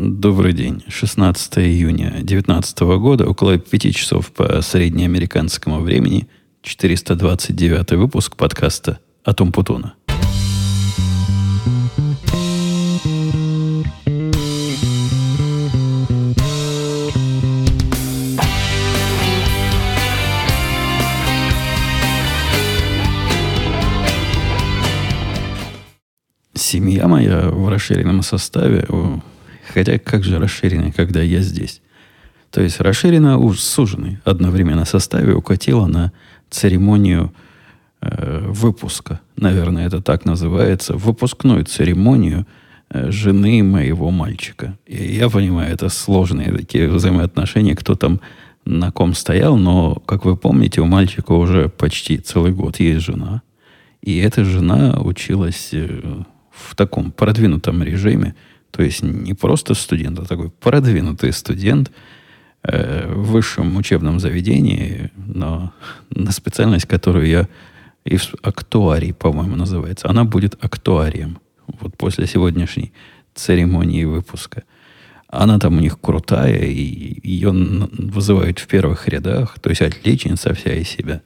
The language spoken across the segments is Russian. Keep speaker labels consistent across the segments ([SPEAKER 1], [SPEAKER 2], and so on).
[SPEAKER 1] Добрый день. 16 июня 2019 года, около 5 часов по среднеамериканскому времени, 429 выпуск подкаста «Атом Путуна». Семья моя в расширенном составе, хотя как же расширенный, когда я здесь? То есть расширенно суженный одновременно составе укатила на церемонию выпуска. Наверное, это так называется. Выпускную церемонию жены моего мальчика. И я понимаю, это сложные такие взаимоотношения, кто там на ком стоял, но, как вы помните, у мальчика уже почти целый год есть жена. И эта жена училась в таком продвинутом режиме, то есть не просто студент, а такой продвинутый студент в высшем учебном заведении, но на специальность, которую я актуарий, по-моему, называется. Она будет актуарием. Вот после сегодняшней церемонии выпуска. Она там у них крутая, и ее вызывают в первых рядах, то есть отличница вся из себя.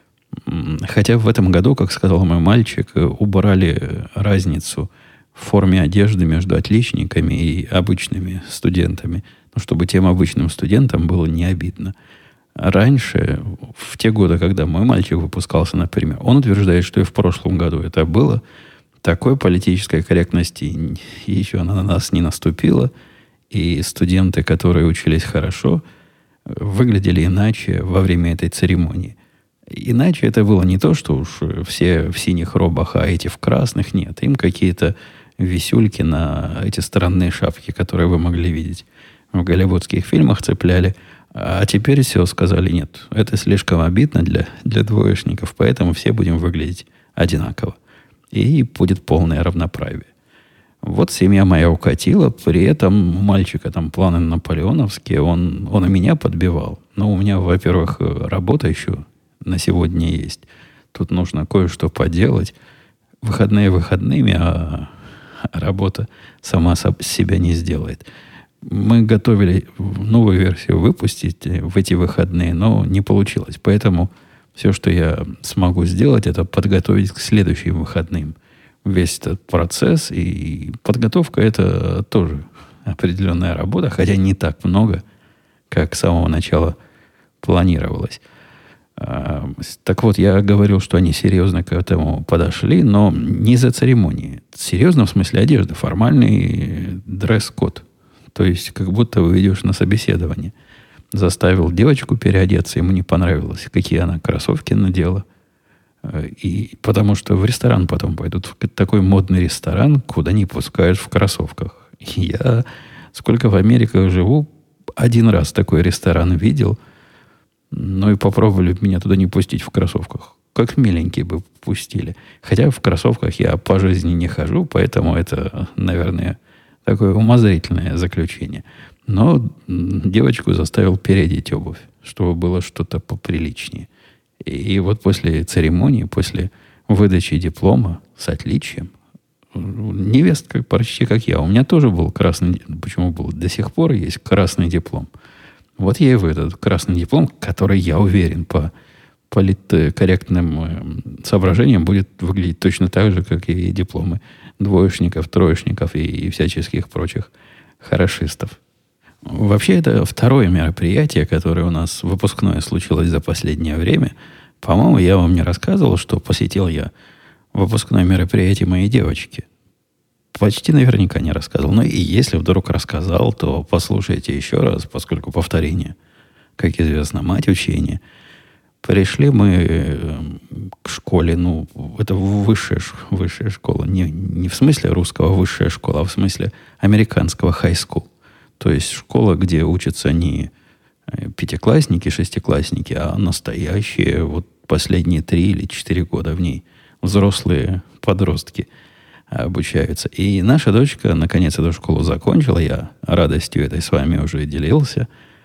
[SPEAKER 1] Хотя в этом году, как сказал мой мальчик, убрали разницу в форме одежды между отличниками и обычными студентами. Ну, чтобы тем обычным студентам было не обидно. Раньше, в те годы, когда мой мальчик выпускался, например, он утверждает, что и в прошлом году это было, такой политической корректности еще на нас не наступило. И студенты, которые учились хорошо, выглядели иначе во время этой церемонии. Иначе это было не то, что уж все в синих робах, а эти в красных. Нет, им какие-то висюльки на эти странные шапки, которые вы могли видеть в голливудских фильмах, цепляли. А теперь все, сказали, нет, это слишком обидно для двоечников, поэтому все будем выглядеть одинаково. И будет полное равноправие. Вот семья моя укатила, при этом у мальчика там планы наполеоновские, он и меня подбивал. Но у меня, во-первых, работа еще на сегодня есть. Тут нужно кое-что поделать. Выходные выходными, а работа сама себя не сделает. Мы готовили новую версию выпустить в эти выходные, но не получилось. Поэтому все, что я смогу сделать, это подготовить к следующим выходным весь этот процесс. И подготовка – это тоже определенная работа, хотя не так много, как с самого начала планировалось. Так вот, я говорил, что они серьезно к этому подошли, но не за церемонии. Серьезно в смысле одежды, формальный дресс-код. То есть, как будто вы идешь на собеседование. Заставил девочку переодеться, ему не понравилось, какие она кроссовки надела. И потому что в ресторан потом пойдут, в такой модный ресторан, куда не пускают в кроссовках. И я, сколько в Америке живу, один раз такой ресторан видел. Ну и попробовали меня туда не пустить в кроссовках. Как миленькие бы пустили. Хотя в кроссовках я по жизни не хожу, поэтому это, наверное, такое умозрительное заключение. Но девочку заставил переодеть обувь, чтобы было что-то поприличнее. И вот после церемонии, после выдачи диплома с отличием, невестка почти как я. У меня тоже был красный... Почему был? До сих пор есть красный диплом. Вот я и этот красный диплом, который, я уверен, по политкорректным соображениям будет выглядеть точно так же, как и дипломы двоечников, троечников и всяческих прочих хорошистов. Вообще, это второе мероприятие, которое у нас выпускное случилось за последнее время. По-моему, я вам не рассказывал, что посетил я выпускное мероприятие моей девочки. Почти наверняка не рассказывал. Но и если вдруг рассказал, то послушайте еще раз, поскольку повторение, как известно, мать учения. Пришли мы к школе, ну, это высшая школа. Не в смысле русского высшая школа, а в смысле американского high school. То есть школа, где учатся не пятиклассники, шестиклассники, а настоящие, вот последние 3 или 4 года в ней взрослые подростки обучаются. И наша дочка, наконец, эту школу закончила. Я радостью этой с вами уже делился.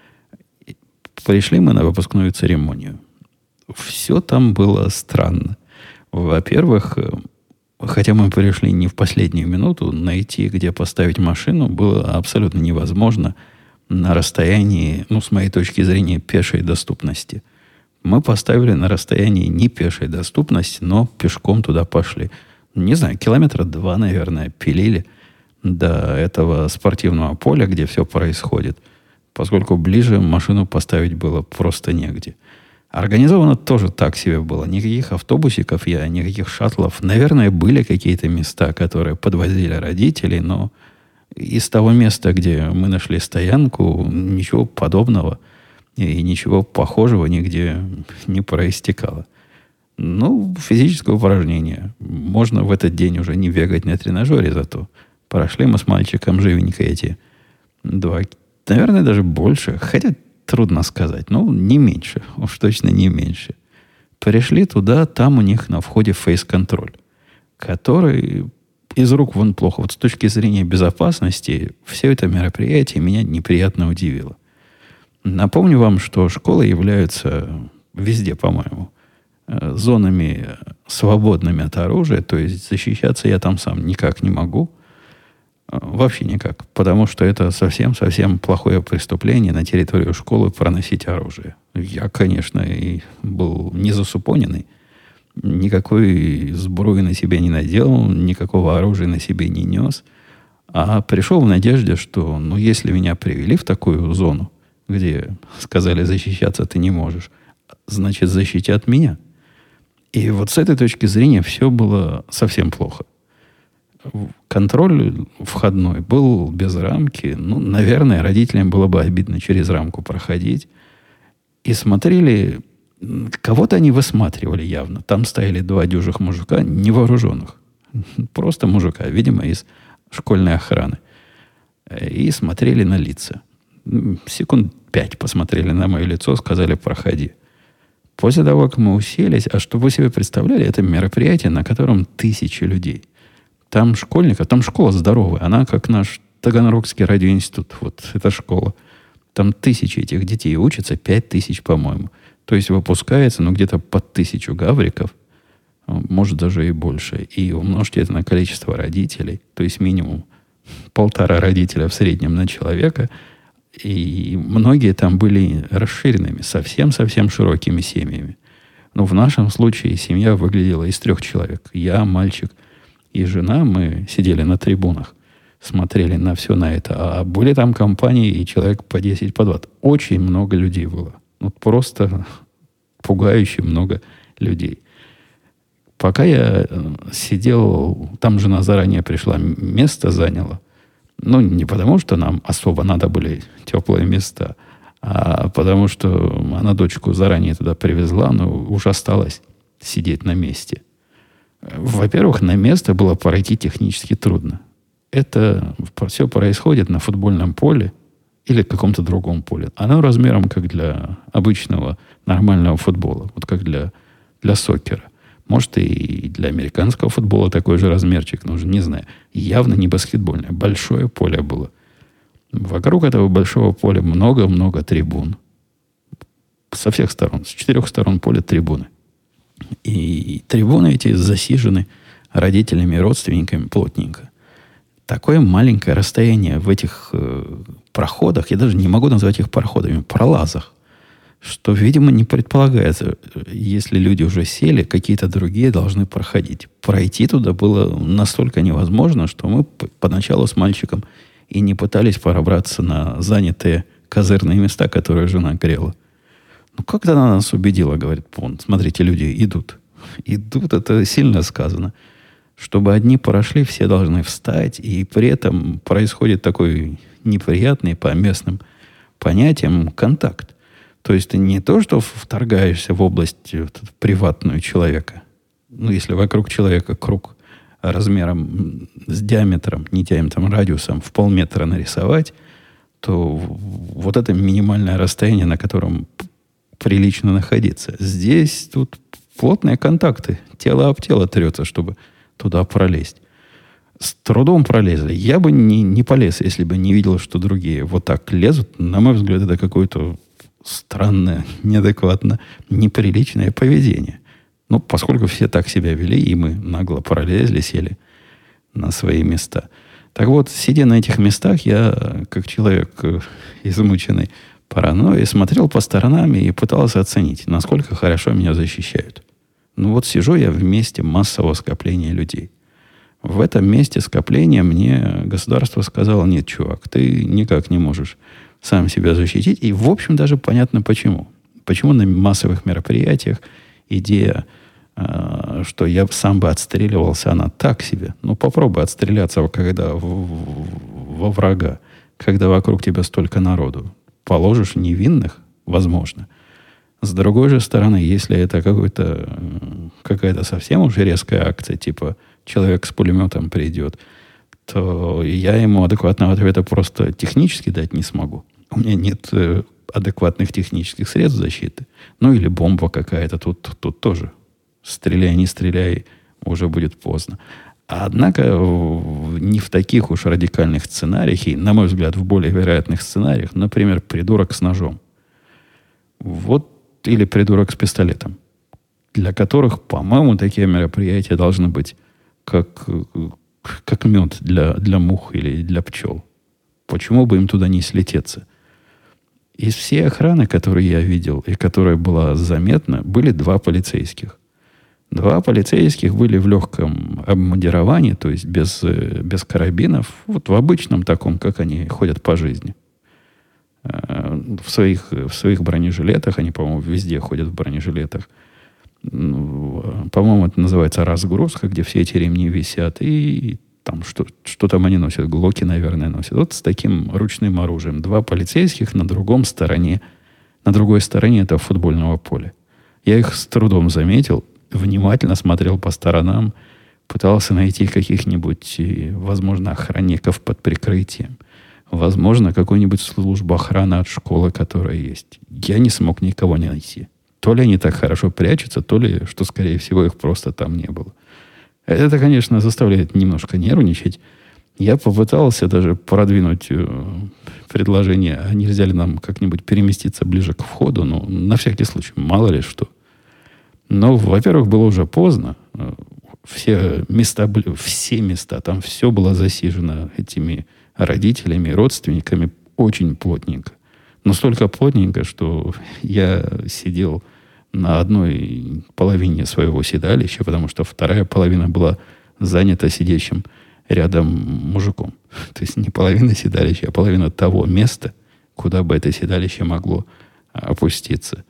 [SPEAKER 1] Пришли мы на выпускную церемонию. Все там было странно. Во-первых, хотя мы пришли не в последнюю минуту, найти, где поставить машину, было абсолютно невозможно на расстоянии, с моей точки зрения, пешей доступности. Мы поставили на расстоянии не пешей доступности, но пешком туда пошли. Не знаю, 2 километра, наверное, пилили до этого спортивного поля, где все происходит, поскольку ближе машину поставить было просто негде. Организовано тоже так себе было. Никаких автобусиков, никаких шаттлов. Наверное, были какие-то места, которые подвозили родителей, но из того места, где мы нашли стоянку, ничего подобного и ничего похожего нигде не проистекало. Физическое упражнение. Можно в этот день уже не бегать на тренажере, зато прошли мы с мальчиком живенько эти 2, наверное, даже больше, хотя трудно сказать, не меньше, уж точно не меньше. Пришли туда, там у них на входе фейс-контроль, который из рук вон плохо. Вот с точки зрения безопасности все это мероприятие меня неприятно удивило. Напомню вам, что школы являются везде, по-моему, зонами свободными от оружия, то есть защищаться я там сам никак не могу. Вообще никак. Потому что это совсем плохое преступление на территорию школы проносить оружие. Я, конечно, и был не засупоненный. Никакой сбруи на себе не надел, никакого оружия на себе не нес. А пришел в надежде, что, если меня привели в такую зону, где сказали, защищаться ты не можешь, значит, защитят меня. И вот с этой точки зрения все было совсем плохо. Контроль входной был без рамки. Наверное, родителям было бы обидно через рамку проходить. И смотрели, кого-то они высматривали явно. Там стояли 2 дюжих мужика, невооруженных. Просто мужика, видимо, из школьной охраны. И смотрели на лица. Секунд 5 посмотрели на мое лицо, сказали, проходи. После того, как мы уселись, а чтобы вы себе представляли, это мероприятие, на котором 1000 людей. Там школьников, там школа здоровая. Она как наш Таганрогский радиоинститут. Вот эта школа. Там 1000 этих детей учатся, 5000, по-моему. То есть выпускается, где-то под 1000 гавриков. Может, даже и больше. И умножьте это на количество родителей. То есть минимум 1,5 родителя в среднем на человека. И многие там были расширенными, совсем широкими семьями. Но в нашем случае семья выглядела из 3 человек. Я, мальчик и жена, мы сидели на трибунах, смотрели на все на это. А были там компании и человек по 10, по 20. Очень много людей было. Просто пугающе много людей. Пока я сидел, там жена заранее пришла, место заняла. Не потому, что нам особо надо были теплые места, а потому, что она дочку заранее туда привезла, но уж осталось сидеть на месте. Во-первых, на место было пройти технически трудно. Это все происходит на футбольном поле или каком-то другом поле. Оно размером как для обычного нормального футбола, вот как для соккера. Может, и для американского футбола такой же размерчик нужен, не знаю. Явно не баскетбольное. Большое поле было. Вокруг этого большого поля много-много трибун. Со всех сторон. С 4 сторон поля трибуны. И трибуны эти засижены родителями и родственниками плотненько. Такое маленькое расстояние в этих проходах, я даже не могу назвать их проходами, пролазах, что, видимо, не предполагается, если люди уже сели, какие-то другие должны проходить. Пройти туда было настолько невозможно, что мы поначалу с мальчиком и не пытались пробраться на занятые козырные места, которые жена грела. Как-то она нас убедила, говорит, смотрите, люди идут. Идут, это сильно сказано. Чтобы одни прошли, все должны встать, и при этом происходит такой неприятный по местным понятиям контакт. То есть ты не то, что вторгаешься в область приватную человека. Если вокруг человека круг размером с диаметром, не диаметром, радиусом в полметра нарисовать, то вот это минимальное расстояние, на котором прилично находиться. Здесь тут плотные контакты. Тело об тело трется, чтобы туда пролезть. С трудом пролезли. Я бы не полез, если бы не видел, что другие вот так лезут. На мой взгляд, это какое-то странное, неадекватно, неприличное поведение. Ну, поскольку все так себя вели, и мы нагло пролезли, сели на свои места. Так вот, сидя на этих местах, я, как человек измученный паранойей, смотрел по сторонам и пытался оценить, насколько хорошо меня защищают. Ну вот сижу я в месте массового скопления людей. В этом месте скопления мне государство сказало: нет, чувак, ты никак не можешь сам себя защитить. И, в общем, даже понятно почему. Почему на массовых мероприятиях идея, что я сам бы отстреливался, она так себе. Ну, попробуй отстреляться, когда во врага, когда вокруг тебя столько народу. Положишь невинных? Возможно. С другой же стороны, если это какая-то совсем уже резкая акция, типа человек с пулеметом придет, то я ему адекватного ответа просто технически дать не смогу. У меня нет адекватных технических средств защиты. Ну, или бомба какая-то. Тут тоже. Стреляй, не стреляй, уже будет поздно. Однако не в таких уж радикальных сценариях, и, на мой взгляд, в более вероятных сценариях, например, придурок с ножом. Вот, или придурок с пистолетом. Для которых, по-моему, такие мероприятия должны быть как мед для мух или для пчел. Почему бы им туда не слететься? Из всей охраны, которую я видел и которая была заметна, были 2 полицейских. 2 полицейских были в легком обмундировании, то есть без карабинов, вот в обычном таком, как они ходят по жизни. В своих бронежилетах, они, по-моему, везде ходят в бронежилетах. По-моему, это называется разгрузка, где все эти ремни висят, и там что там они носят, глоки, наверное, носят. Вот с таким ручным оружием. 2 полицейских на другой стороне этого футбольного поля. Я их с трудом заметил, внимательно смотрел по сторонам, пытался найти каких-нибудь, возможно, охранников под прикрытием. Возможно, какую-нибудь службу охраны от школы, которая есть. Я не смог никого найти. То ли они так хорошо прячутся, то ли, что, скорее всего, их просто там не было. Это, конечно, заставляет немножко нервничать. Я попытался даже продвинуть предложение, а нельзя ли нам как-нибудь переместиться ближе к входу, ну, на всякий случай, мало ли что. Но, во-первых, было уже поздно. Все места, там все было засижено этими родителями, родственниками очень плотненько. Настолько плотненько, что я сидел на одной половине своего седалища, потому что вторая половина была занята сидящим рядом мужиком. То есть не половина седалища, а половина того места, куда бы это седалище могло опуститься.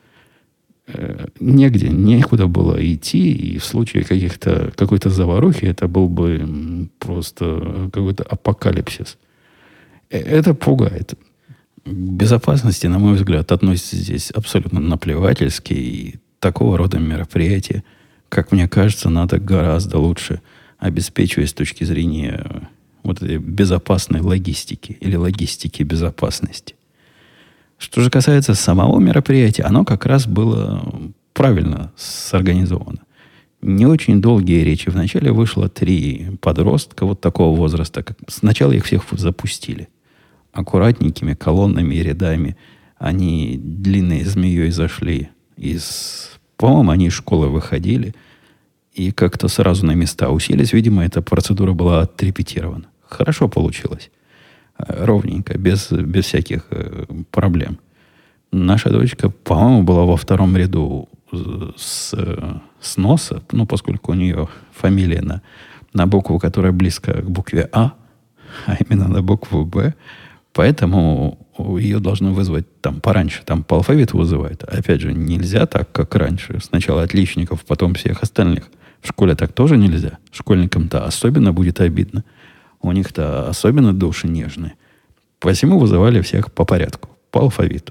[SPEAKER 1] Некуда было идти, и в случае какой-то заварухи это был бы просто какой-то апокалипсис. Это пугает. К безопасности, на мой взгляд, относится здесь абсолютно наплевательски, и такого рода мероприятия, как мне кажется, надо гораздо лучше обеспечивать с точки зрения вот этой безопасной логистики или логистики безопасности. Что же касается самого мероприятия, оно как раз было правильно сорганизовано. Не очень долгие речи. Вначале вышло 3 подростка вот такого возраста. Сначала их всех запустили. Аккуратненькими колоннами и рядами. Они длинной змеей зашли по-моему, они из школы выходили и как-то сразу на места уселись. Видимо, эта процедура была отрепетирована. Хорошо получилось. Ровненько, без всяких проблем. Наша дочка, по-моему, была во 2 ряду с носа, ну, поскольку у нее фамилия на букву, которая близко к букве А именно на букву Б, поэтому ее должны вызвать там пораньше, там по алфавиту вызывают. Опять же, нельзя так, как раньше. Сначала отличников, потом всех остальных. В школе так тоже нельзя. Школьникам-то особенно будет обидно. У них-то особенно души нежные. Посему вызывали всех по порядку, по алфавиту.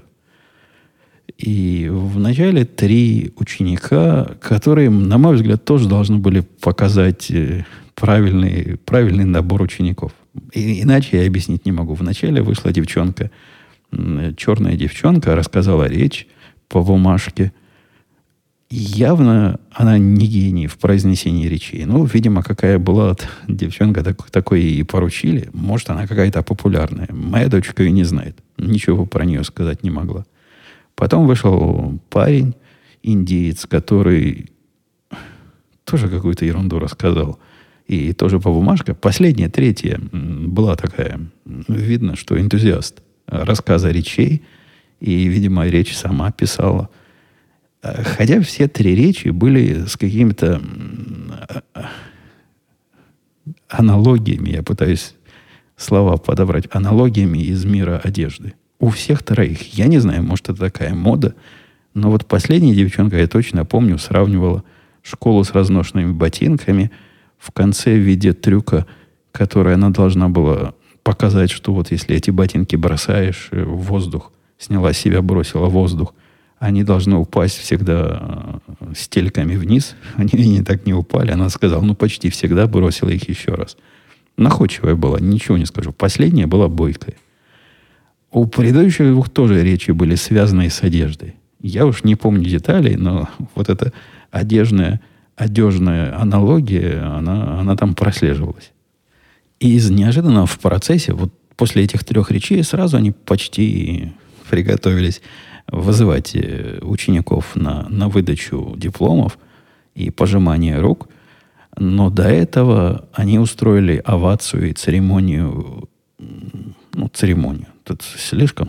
[SPEAKER 1] И вначале 3 ученика, которые, на мой взгляд, тоже должны были показать правильный набор учеников. Иначе я объяснить не могу. Вначале вышла девчонка, черная девчонка, рассказала речь по бумажке. Явно она не гений в произнесении речей. Ну, видимо, какая была девчонка, такой и поручили. Может, она какая-то популярная. Моя дочка ее не знает. Ничего про нее сказать не могла. Потом вышел парень, индиец, который тоже какую-то ерунду рассказал. И тоже по бумажке. Последняя, третья была такая. Видно, что энтузиаст рассказа речей. И, видимо, речь сама писала. Хотя все три речи были с какими-то аналогиями. Я пытаюсь слова подобрать. Аналогиями из мира одежды. У всех троих. Я не знаю, может, это такая мода. Но вот последняя девчонка, я точно помню, сравнивала школу с разношенными ботинками в конце в виде трюка, который она должна была показать, что вот если эти ботинки бросаешь в воздух, сняла с себя, бросила в воздух, они должны упасть всегда стельками вниз. Они так не упали. Она сказала, почти всегда бросила их еще раз. Находчивая была, ничего не скажу. Последняя была бойкая. У предыдущих двух тоже речи были связаны с одеждой. Я уж не помню деталей, но вот эта одежная аналогия, она там прослеживалась. И из неожиданного в процессе, вот после этих трех речей, сразу они почти приготовились вызывать учеников на выдачу дипломов и пожимание рук. Но до этого они устроили овацию и церемонию. Церемонию. Тут слишком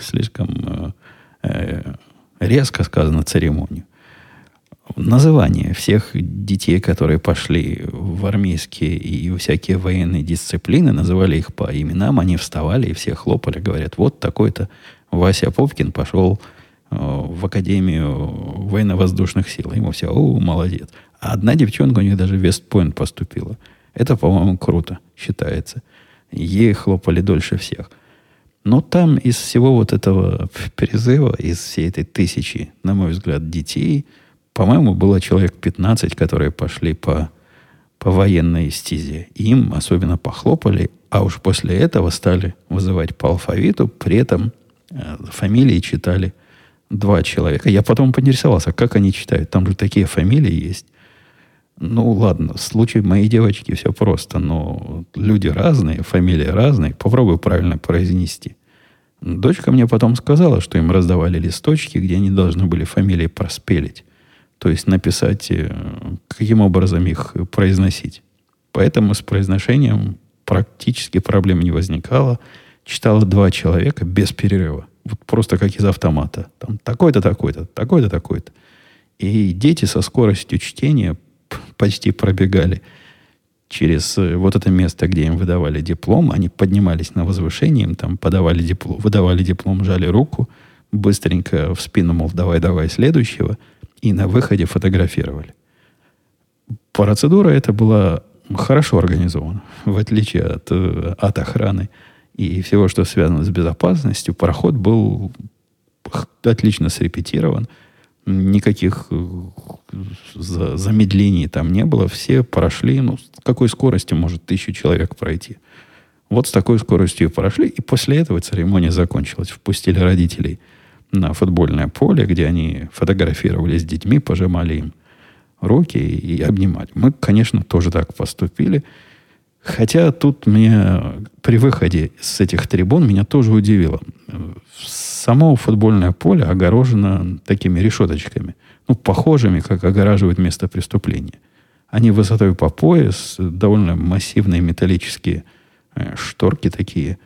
[SPEAKER 1] резко сказано церемонию. Называние всех детей, которые пошли в армейские и всякие военные дисциплины, называли их по именам, они вставали и все хлопали, говорят, вот такой-то Вася Попкин пошел в Академию военно-воздушных сил. Ему все, молодец. А одна девчонка у них даже в Вестпойнт поступила. Это, по-моему, круто считается. Ей хлопали дольше всех. Но там из всего вот этого призыва, из всей этой тысячи, на мой взгляд, детей, по-моему, было человек 15, которые пошли по военной стезе. Им особенно похлопали, а уж после этого стали вызывать по алфавиту. При этом фамилии читали 2 человека. Я потом поинтересовался, как они читают. Там же такие фамилии есть. Ладно, в случае моей девочки все просто, но люди разные, фамилии разные. Попробуй правильно произнести. Дочка мне потом сказала, что им раздавали листочки, где они должны были фамилии проспелить. То есть написать, каким образом их произносить. Поэтому с произношением практически проблем не возникало. Читало 2 человека без перерыва. Вот просто как из автомата. Там такой-то, такой-то, такой-то, такой-то. И дети со скоростью чтения почти пробегали через вот это место, где им выдавали диплом. Они поднимались на возвышение, им там выдавали диплом, жали руку, быстренько в спину, мол, давай, следующего. И на выходе фотографировали. Процедура эта была хорошо организована. В отличие от охраны и всего, что связано с безопасностью, пароход был отлично срепетирован. Никаких замедлений там не было. Все прошли. С какой скоростью может 1000 человек пройти? Вот с такой скоростью прошли. И после этого церемония закончилась. Впустили родителей на футбольное поле, где они фотографировались с детьми, пожимали им руки и обнимали. Мы, конечно, тоже так поступили. Хотя тут при выходе с этих трибун меня тоже удивило. Само футбольное поле огорожено такими решеточками, похожими, как огораживают место преступления. Они высотой по пояс, довольно массивные металлические шторки такие.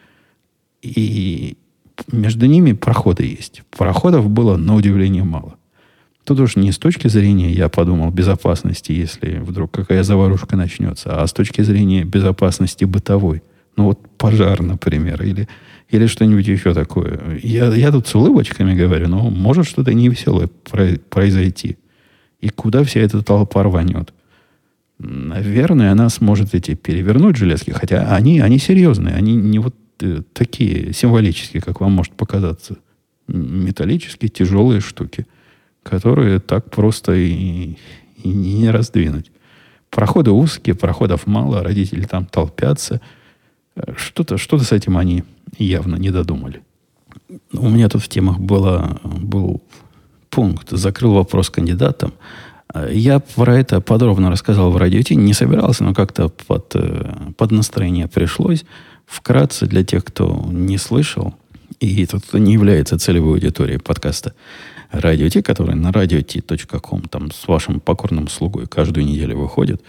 [SPEAKER 1] И между ними проходы есть. Проходов было, на удивление, мало. Тут уж не с точки зрения, я подумал, безопасности, если вдруг какая заварушка начнется, а с точки зрения безопасности бытовой. Пожар, например, или что-нибудь еще такое. Я тут с улыбочками говорю, но может что-то невеселое произойти. И куда вся эта толпа рванет? Наверное, она сможет перевернуть железки, хотя они серьезные, они не вот такие символические, как вам может показаться. Металлические, тяжелые штуки, которые так просто и не раздвинуть. Проходы узкие, проходов мало, родители там толпятся. Что-то с этим они явно не додумали. У меня тут в темах был пункт, закрыл вопрос кандидатам. Я про это подробно рассказал в радио Ти. Не собирался, но как-то под настроение пришлось. Вкратце, для тех, кто не слышал, и тот, кто не является целевой аудиторией подкаста Радио Ти, который на radiot.com, там с вашим покорным слугой каждую неделю выходит.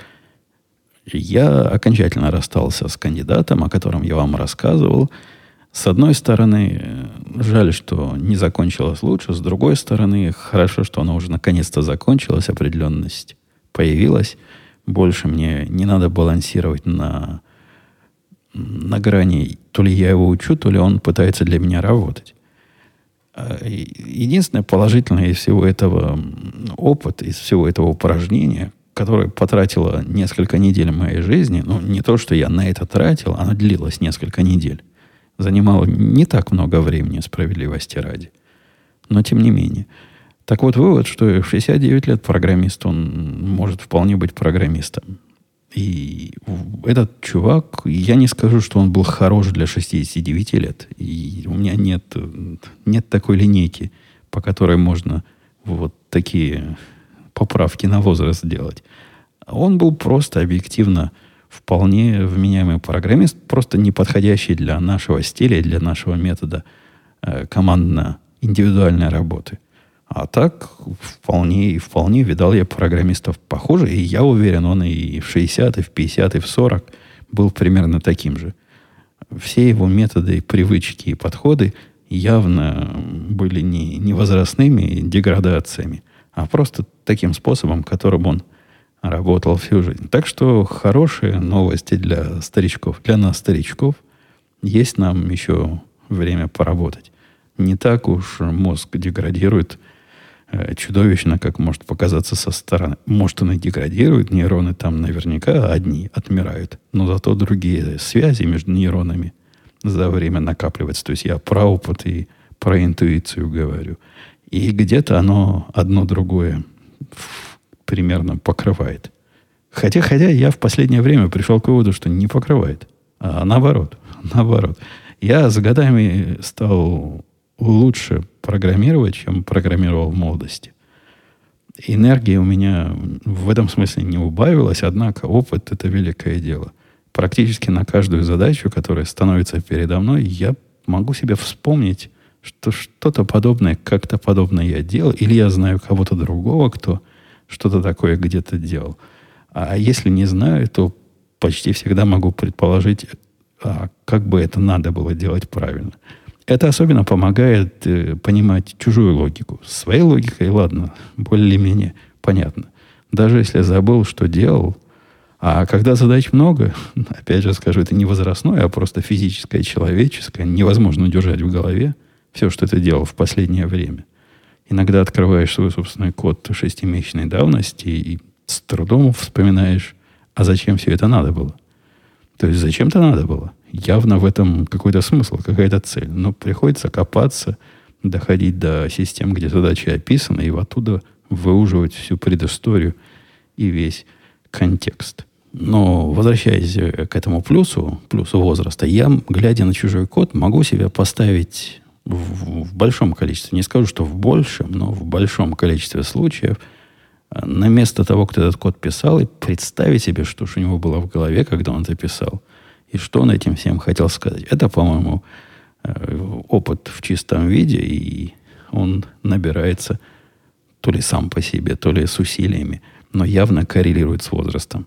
[SPEAKER 1] Я окончательно расстался с кандидатом, о котором я вам рассказывал. С одной стороны, жаль, что не закончилось лучше. С другой стороны, хорошо, что оно уже наконец-то закончилось, определенность появилась. Больше мне не надо балансировать на грани, то ли я его учу, то ли он пытается для меня работать. Единственное положительное из всего этого опыта, из всего этого упражнения, которое потратило несколько недель моей жизни, ну, не то, что я на это тратил, оно длилось несколько недель. Занимало не так много времени, справедливости ради. Но тем не менее. Так вот, вывод, что в 69 лет программист, он может вполне быть программистом. И этот чувак, я не скажу, что он был хорош для 69 лет. И у меня нет такой линейки, по которой можно вот такие поправки на возраст делать. Он был просто объективно вполне вменяемый программист, просто не подходящий для нашего стиля, для нашего метода командно-индивидуальной работы. А так вполне видал я программистов похуже, и я уверен, он и в 60, и в 50, и в 40 был примерно таким же. Все его методы, привычки и подходы явно были не возрастными деградациями, а просто таким способом, которым он работал всю жизнь. Так что хорошие новости для старичков. Для нас, старичков, есть нам еще время поработать. Не так уж мозг деградирует чудовищно, как может показаться со стороны. Может, он и деградирует, нейроны там наверняка одни отмирают, но зато другие связи между нейронами за время накапливаются. То есть я про опыт и про интуицию говорю. И где-то оно одно другое примерно покрывает. Хотя я в последнее время пришел к выводу, что не покрывает, а наоборот. Я с годами стал лучше программировать, чем программировал в молодости. Энергия у меня в этом смысле не убавилась, однако опыт – это великое дело. Практически на каждую задачу, которая становится передо мной, я могу себе вспомнить, что что-то подобное, как-то подобное я делал, или я знаю кого-то другого, кто что-то такое где-то делал. А если не знаю, то почти всегда могу предположить, как бы это надо было делать правильно. Это особенно помогает понимать чужую логику. Своей логикой, ладно, более-менее понятно. Даже если забыл, что делал. А когда задач много, опять же скажу, это не возрастное, а просто физическое, человеческое, невозможно удержать в голове все, что ты делал в последнее время. Иногда открываешь свой собственный код 6-месячной давности и с трудом вспоминаешь, а зачем все это надо было. То есть зачем-то надо было. Явно в этом какой-то смысл, какая-то цель. Но приходится копаться, доходить до систем, где задачи описаны, и оттуда выуживать всю предысторию и весь контекст. Но, возвращаясь к этому плюсу возраста, я, глядя на чужой код, могу себя поставить в большом количестве, не скажу, что в большем, но в большом количестве случаев, на место того, кто этот код писал, и представить себе, что ж у него было в голове, когда он это писал, и что он этим всем хотел сказать. Это, по-моему, опыт в чистом виде, и он набирается то ли сам по себе, то ли с усилиями, но явно коррелирует с возрастом.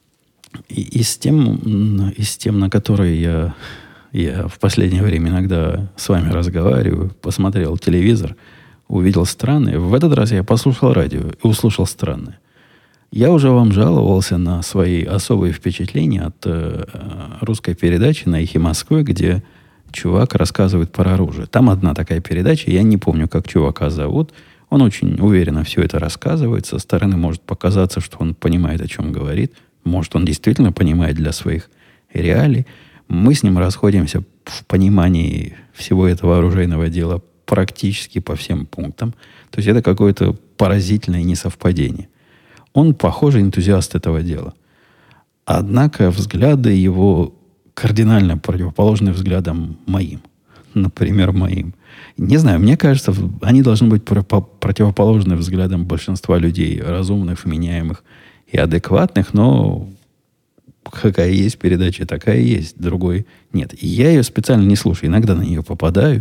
[SPEAKER 1] И с тем, на которые я в последнее время иногда с вами разговариваю, посмотрел телевизор, увидел странное. В этот раз я послушал радио и услышал странное. Я уже вам жаловался на свои особые впечатления от русской передачи на «Эхе Москвы», где чувак рассказывает про оружие. Там одна такая передача, я не помню, как чувака зовут. Он очень уверенно все это рассказывает. Со стороны может показаться, что он понимает, о чем говорит. Может, он действительно понимает для своих реалий. Мы с ним расходимся в понимании всего этого оружейного дела практически по всем пунктам. То есть это какое-то поразительное несовпадение. Он, похоже, энтузиаст этого дела. Однако взгляды его кардинально противоположны взглядам моим. Например, моим. Не знаю, мне кажется, они должны быть противоположны взглядам большинства людей, разумных, вменяемых и адекватных, но какая есть передача, такая есть, другой нет. И я ее специально не слушаю. Иногда на нее попадаю,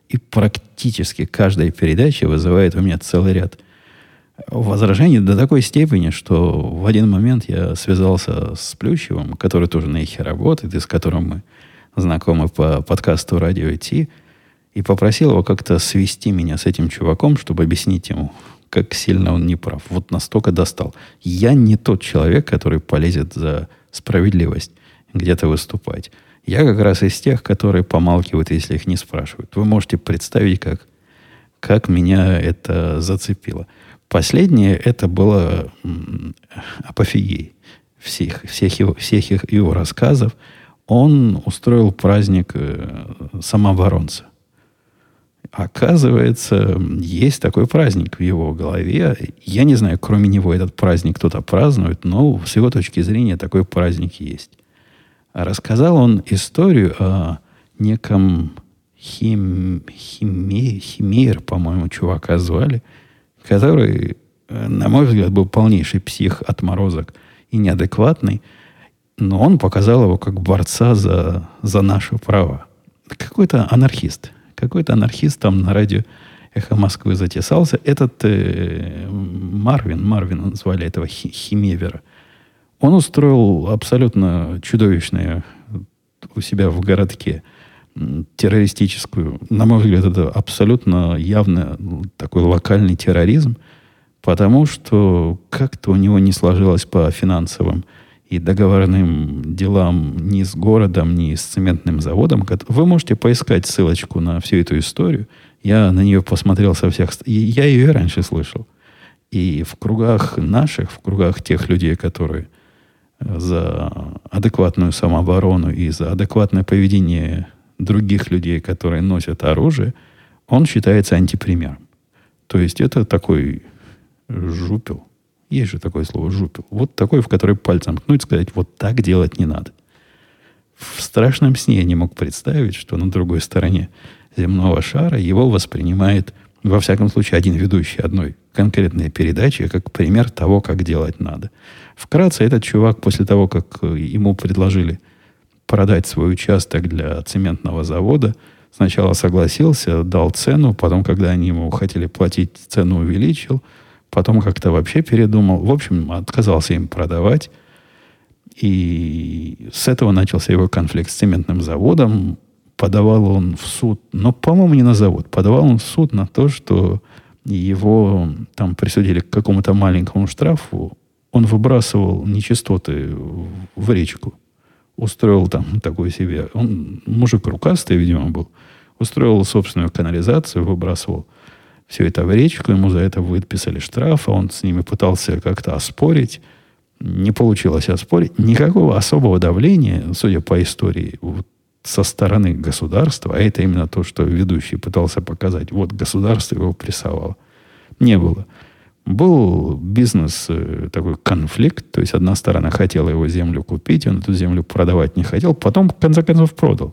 [SPEAKER 1] И практически каждая передача вызывает у меня целый ряд возражений до такой степени, что в один момент я связался с Плющевым, который тоже на эхе работает, и с которым мы знакомы по подкасту «Радио ИТ», и попросил его как-то свести меня с этим чуваком, чтобы объяснить ему, как сильно он не прав. Вот настолько достал. Я не тот человек, который полезет за справедливость где-то выступать. Я как раз из тех, которые помалкивают, если их не спрашивают. Вы можете представить, как меня это зацепило. Последнее это было апофигей всех его рассказов. Он устроил праздник самооборонца. Оказывается, есть такой праздник в его голове. Я не знаю, кроме него этот праздник кто-то празднует, но с его точки зрения такой праздник есть. Рассказал он историю о неком Химейр, по-моему, чувака звали, который, на мой взгляд, был полнейший псих, отморозок и неадекватный, но он показал его как борца за наши права. Какой-то анархист там на радио «Эхо Москвы» затесался. Этот Марвин звали этого Химевера. Он устроил абсолютно чудовищное у себя в городке террористическую, на мой взгляд, это абсолютно явно такой локальный терроризм, потому что как-то у него не сложилось по финансовым и договорным делам ни с городом, ни с цементным заводом. Вы можете поискать ссылочку на всю эту историю. Я на нее посмотрел со всех сторон. Я ее раньше слышал. И в кругах наших, в кругах тех людей, которые за адекватную самооборону и за адекватное поведение других людей, которые носят оружие, он считается антипримером. То есть это такой жупел. Есть же такое слово жупел. Вот такой, в который пальцем ткнуть и сказать, вот так делать не надо. В страшном сне я не мог представить, что на другой стороне земного шара его воспринимает, во всяком случае, один ведущий одной конкретной передачи, как пример того, как делать надо. Вкратце, этот чувак после того, как ему предложили продать свой участок для цементного завода, сначала согласился, дал цену, потом, когда они ему хотели платить, цену увеличил, потом как-то вообще передумал. В общем, отказался им продавать. И с этого начался его конфликт с цементным заводом. Подавал он в суд, но, по-моему, не на завод. Подавал он в суд на то, что его там присудили к какому-то маленькому штрафу. Он выбрасывал нечистоты в речку. Устроил там такую себе... Он мужик рукастый, видимо, был. Устроил собственную канализацию, выбрасывал все это в речку. Ему за это выписали штраф, а он с ними пытался как-то оспорить. Не получилось оспорить. Никакого особого давления, судя по истории, вот со стороны государства, а это именно то, что ведущий пытался показать, вот государство его прессовало, не было. Был бизнес, такой конфликт, то есть одна сторона хотела его землю купить, он эту землю продавать не хотел, потом, в конце концов, продал.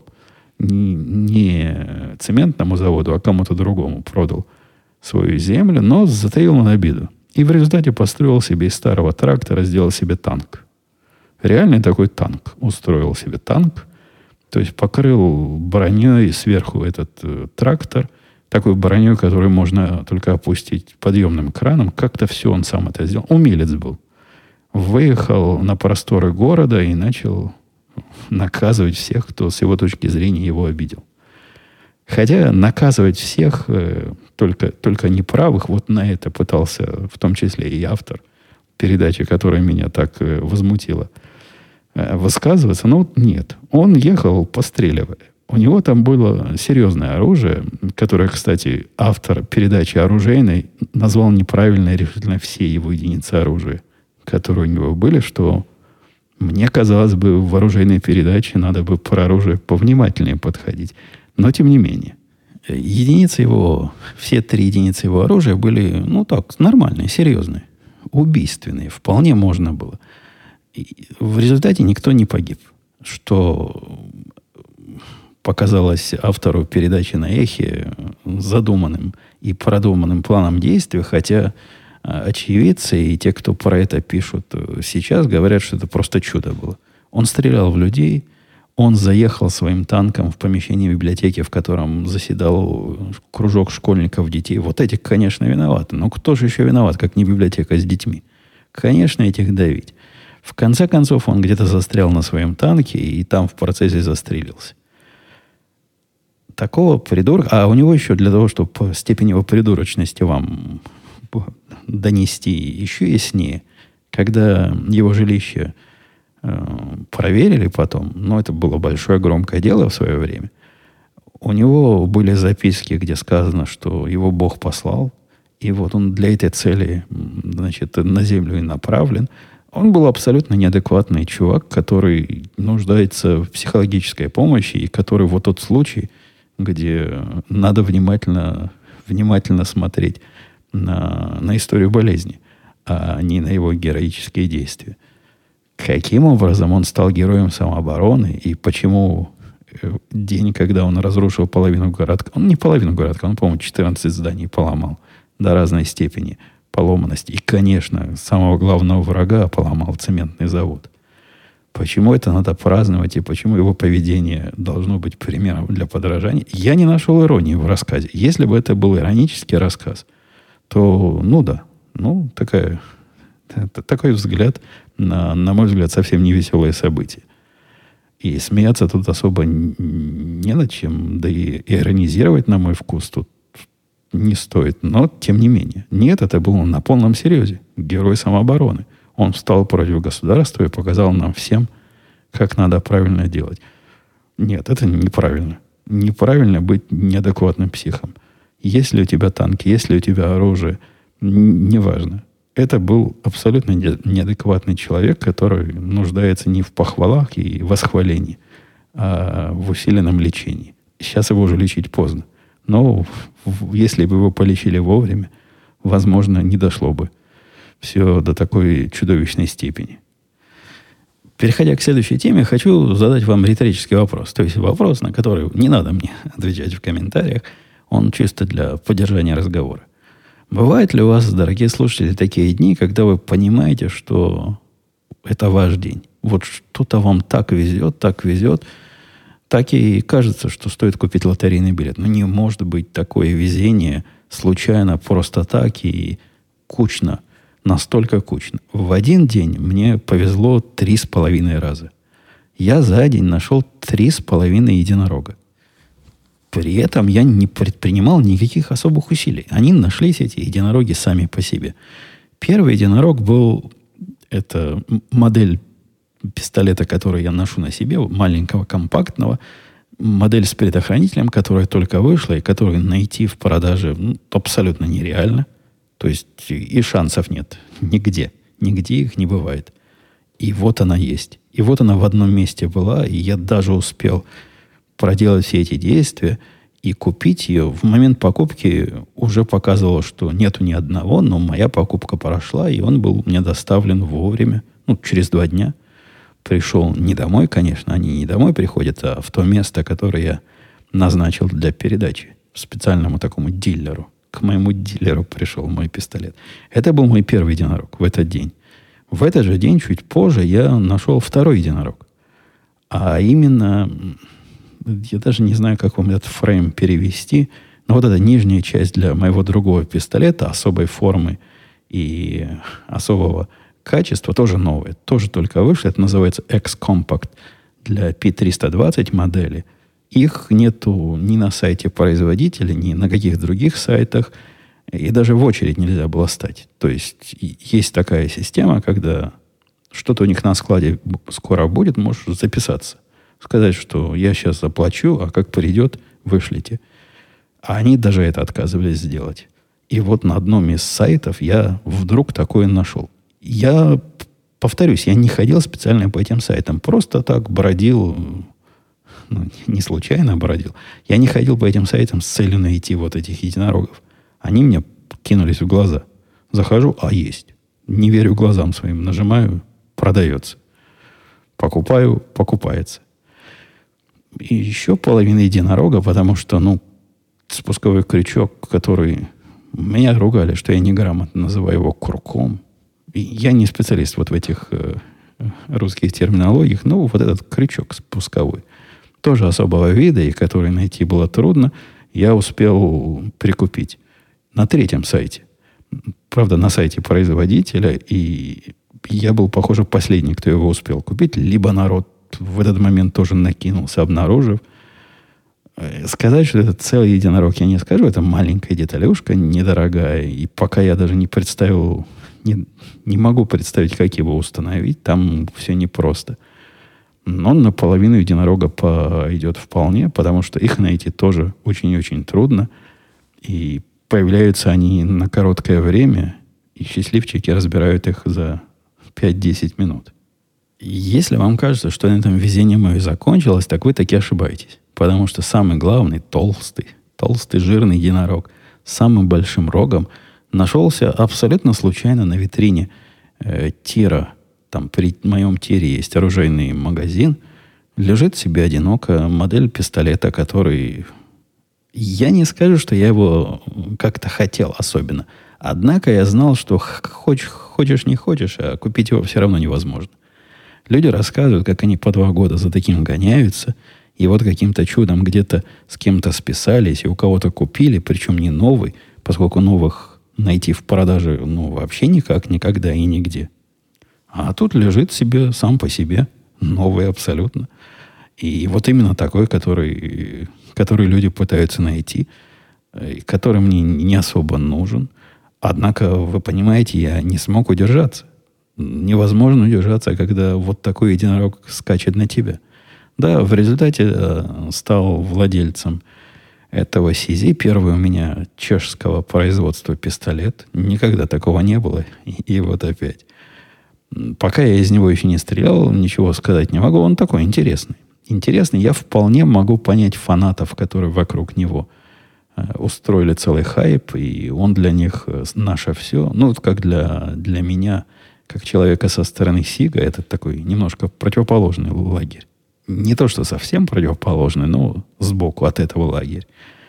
[SPEAKER 1] Не цементному заводу, а кому-то другому продал свою землю, но затаил он обиду. И в результате построил себе из старого трактора, сделал себе танк. Реальный такой танк. Устроил себе танк, то есть покрыл броней сверху этот трактор, такой броней, которую можно только опустить подъемным краном. Как-то все он сам это сделал. Умелец был. Выехал на просторы города и начал наказывать всех, кто с его точки зрения его обидел. Хотя наказывать всех, только неправых, вот на это пытался в том числе и автор передачи, которая меня так возмутила, высказываться. Но вот нет. Он ехал, постреливая. У него там было серьезное оружие, которое, кстати, автор передачи оружейной назвал неправильно решительно все его единицы оружия, которые у него были, что мне казалось бы, в оружейной передаче надо бы про оружие повнимательнее подходить. Но тем не менее. Единицы его, все 3 единицы его оружия были, нормальные, серьезные, убийственные. Вполне можно было. И в результате никто не погиб. Что показалось автору передачи на Эхе задуманным и продуманным планом действия, хотя очевидцы и те, кто про это пишут сейчас, говорят, что это просто чудо было. Он стрелял в людей, Он заехал своим танком в помещение библиотеки, в котором заседал кружок школьников, детей. Вот эти, конечно, виноваты. Но кто же еще виноват, как не библиотека с детьми? Конечно, этих давить. В конце концов, он где-то застрял на своем танке и там в процессе застрелился. Такого придурка... А у него еще для того, чтобы степень его придурочности вам донести еще яснее, когда его жилище проверили потом, но это было большое громкое дело в свое время, у него были записки, где сказано, что его Бог послал, и вот он для этой цели, значит, на землю и направлен. Он был абсолютно неадекватный чувак, который нуждается в психологической помощи, и который вот тот случай, где надо внимательно смотреть на историю болезни, а не на его героические действия. Каким образом он стал героем самообороны и почему день, когда он разрушил половину городка, он не половину городка, он, по-моему, 14 зданий поломал до разной степени поломанности. И, конечно, самого главного врага поломал цементный завод. Почему это надо праздновать и почему его поведение должно быть примером для подражания? Я не нашел иронии в рассказе. Если бы это был иронический рассказ, то, такой взгляд на мой взгляд, совсем не веселое событие. И смеяться тут особо не над чем, да и иронизировать, на мой вкус, тут не стоит. Но, тем не менее, нет, это было на полном серьезе. Герой самообороны. Он встал против государства и показал нам всем, как надо правильно делать. Нет, это неправильно. Неправильно быть неадекватным психом. Есть ли у тебя танки, есть ли у тебя оружие, неважно. Это был абсолютно неадекватный человек, который нуждается не в похвалах и восхвалении, а в усиленном лечении. Сейчас его уже лечить поздно. Но если бы его полечили вовремя, возможно, не дошло бы все до такой чудовищной степени. Переходя к следующей теме, хочу задать вам риторический вопрос. То есть вопрос, на который не надо мне отвечать в комментариях. Он чисто для поддержания разговора. Бывают ли у вас, дорогие слушатели, такие дни, когда вы понимаете, что это ваш день? Вот что-то вам так везет, так и кажется, что стоит купить лотерейный билет. Но не может быть такое везение случайно, просто так и кучно, настолько кучно. В один день мне повезло 3,5 раза. Я за день нашел 3,5 единорога. При этом я не предпринимал никаких особых усилий. Они нашлись, эти единороги, сами по себе. Первый единорог был... Это модель пистолета, который я ношу на себе, маленького, компактного. Модель с предохранителем, которая только вышла, и которую найти в продаже абсолютно нереально. То есть и шансов нет. Нигде. Нигде их не бывает. И вот она есть. И вот она в одном месте была, и я даже успел проделать все эти действия и купить ее. В момент покупки уже показывало, что нету ни одного, но моя покупка прошла, и он был мне доставлен вовремя, через 2 дня. Пришел не домой, конечно, они не домой приходят, а в то место, которое я назначил для передачи специальному такому дилеру. К моему дилеру пришел мой пистолет. Это был мой первый единорог в этот день. В этот же день, чуть позже, я нашел второй единорог. А именно... Я даже не знаю, как вам этот фрейм перевести. Но вот эта нижняя часть для моего другого пистолета особой формы и особого качества тоже новая. Тоже только вышла. Это называется X-Compact для P320 модели. Их нету ни на сайте производителя, ни на каких других сайтах. И даже в очередь нельзя было стать. То есть есть такая система, когда что-то у них на складе скоро будет, можешь записаться. Сказать, что я сейчас заплачу, а как придет, вышлите. А они даже это отказывались сделать. И вот на одном из сайтов я вдруг такое нашел. Я, повторюсь, я не ходил специально по этим сайтам. Просто так бродил, не случайно бродил. Я не ходил по этим сайтам с целью найти вот этих единорогов. Они мне кинулись в глаза. Захожу, а есть. Не верю глазам своим. Нажимаю, продается. Покупаю, покупается. И еще половина единорога, потому что, спусковой крючок, который... Меня ругали, что я неграмотно называю его курком. И я не специалист вот в этих русских терминологиях, ну, вот этот крючок спусковой. Тоже особого вида, и который найти было трудно, я успел прикупить на третьем сайте. Правда, на сайте производителя, и я был, похоже, последний, кто его успел купить, либо народ в этот момент тоже накинулся, обнаружив. Сказать, что это целый единорог, я не скажу. Это маленькая деталюшка, недорогая. И пока я даже не представил, не могу представить, как его установить. Там все непросто. Но наполовину единорога пойдет вполне, потому что их найти тоже очень и очень трудно. И появляются они на короткое время, и счастливчики разбирают их за 5-10 минут. Если вам кажется, что на этом везение мое закончилось, так вы таки ошибаетесь. Потому что самый главный, толстый, жирный единорог с самым большим рогом нашелся абсолютно случайно на витрине тира. Там при моем тире есть оружейный магазин. Лежит себе одиноко модель пистолета, который... Я не скажу, что я его как-то хотел особенно. Однако я знал, что хочешь не хочешь, а купить его все равно невозможно. Люди рассказывают, как они по 2 года за таким гоняются, и вот каким-то чудом где-то с кем-то списались, и у кого-то купили, причем не новый, поскольку новых найти в продаже вообще никак, никогда и нигде. А тут лежит себе сам по себе, новый абсолютно. И вот именно такой, который люди пытаются найти, который мне не особо нужен. Однако, вы понимаете, я не смог удержаться. Невозможно удержаться, когда вот такой единорог скачет на тебя. Да, в результате стал владельцем этого CZ. Первый у меня чешского производства пистолет. Никогда такого не было. И вот опять. Пока я из него еще не стрелял, ничего сказать не могу. Он такой интересный. Интересный. Я вполне могу понять фанатов, которые вокруг него устроили целый хайп, и он для них наше все. Ну, как для меня, как человека со стороны Сига, это такой немножко противоположный лагерь. Не то, что совсем противоположный, но сбоку от этого лагерь.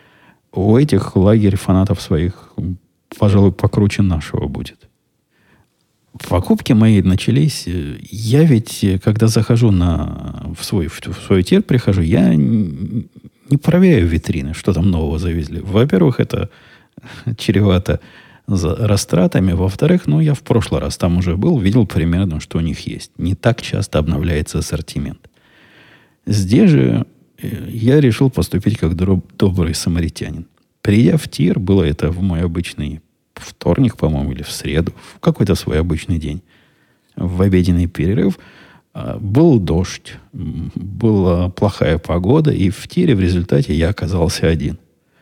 [SPEAKER 1] У этих лагерь фанатов своих, пожалуй, покруче нашего будет. Покупки мои начались. Я ведь, когда захожу в свой тир, прихожу, я не проверяю витрины, что там нового завезли. Во-первых, это чревато растратами. Во-вторых, я в прошлый раз там уже был, видел примерно, что у них есть. Не так часто обновляется ассортимент. Здесь же я решил поступить как добрый самаритянин. Придя в тир, было это в мой обычный вторник, по-моему, или в среду, в какой-то свой обычный день, в обеденный перерыв, был дождь, была плохая погода, и в тире в результате я оказался один.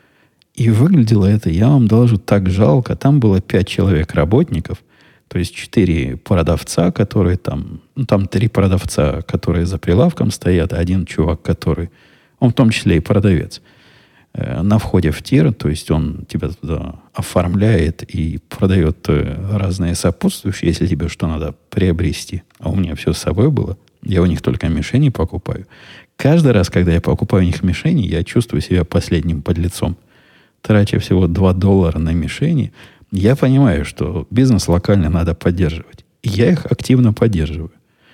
[SPEAKER 1] И выглядело это, я вам доложу, так жалко. Там было 5 человек работников, то есть 4 продавца, которые там 3 продавца, которые за прилавком стоят, а один чувак, который, он в том числе и продавец, на входе в тир, то есть он тебя туда оформляет и продает разные сопутствующие, если тебе что надо приобрести. А у меня все с собой было. Я у них только мишени покупаю. Каждый раз, когда я покупаю у них мишени, я чувствую себя последним подлецом. Трача всего $2 на мишени, я понимаю, что бизнес локально надо поддерживать. И я их активно поддерживаю.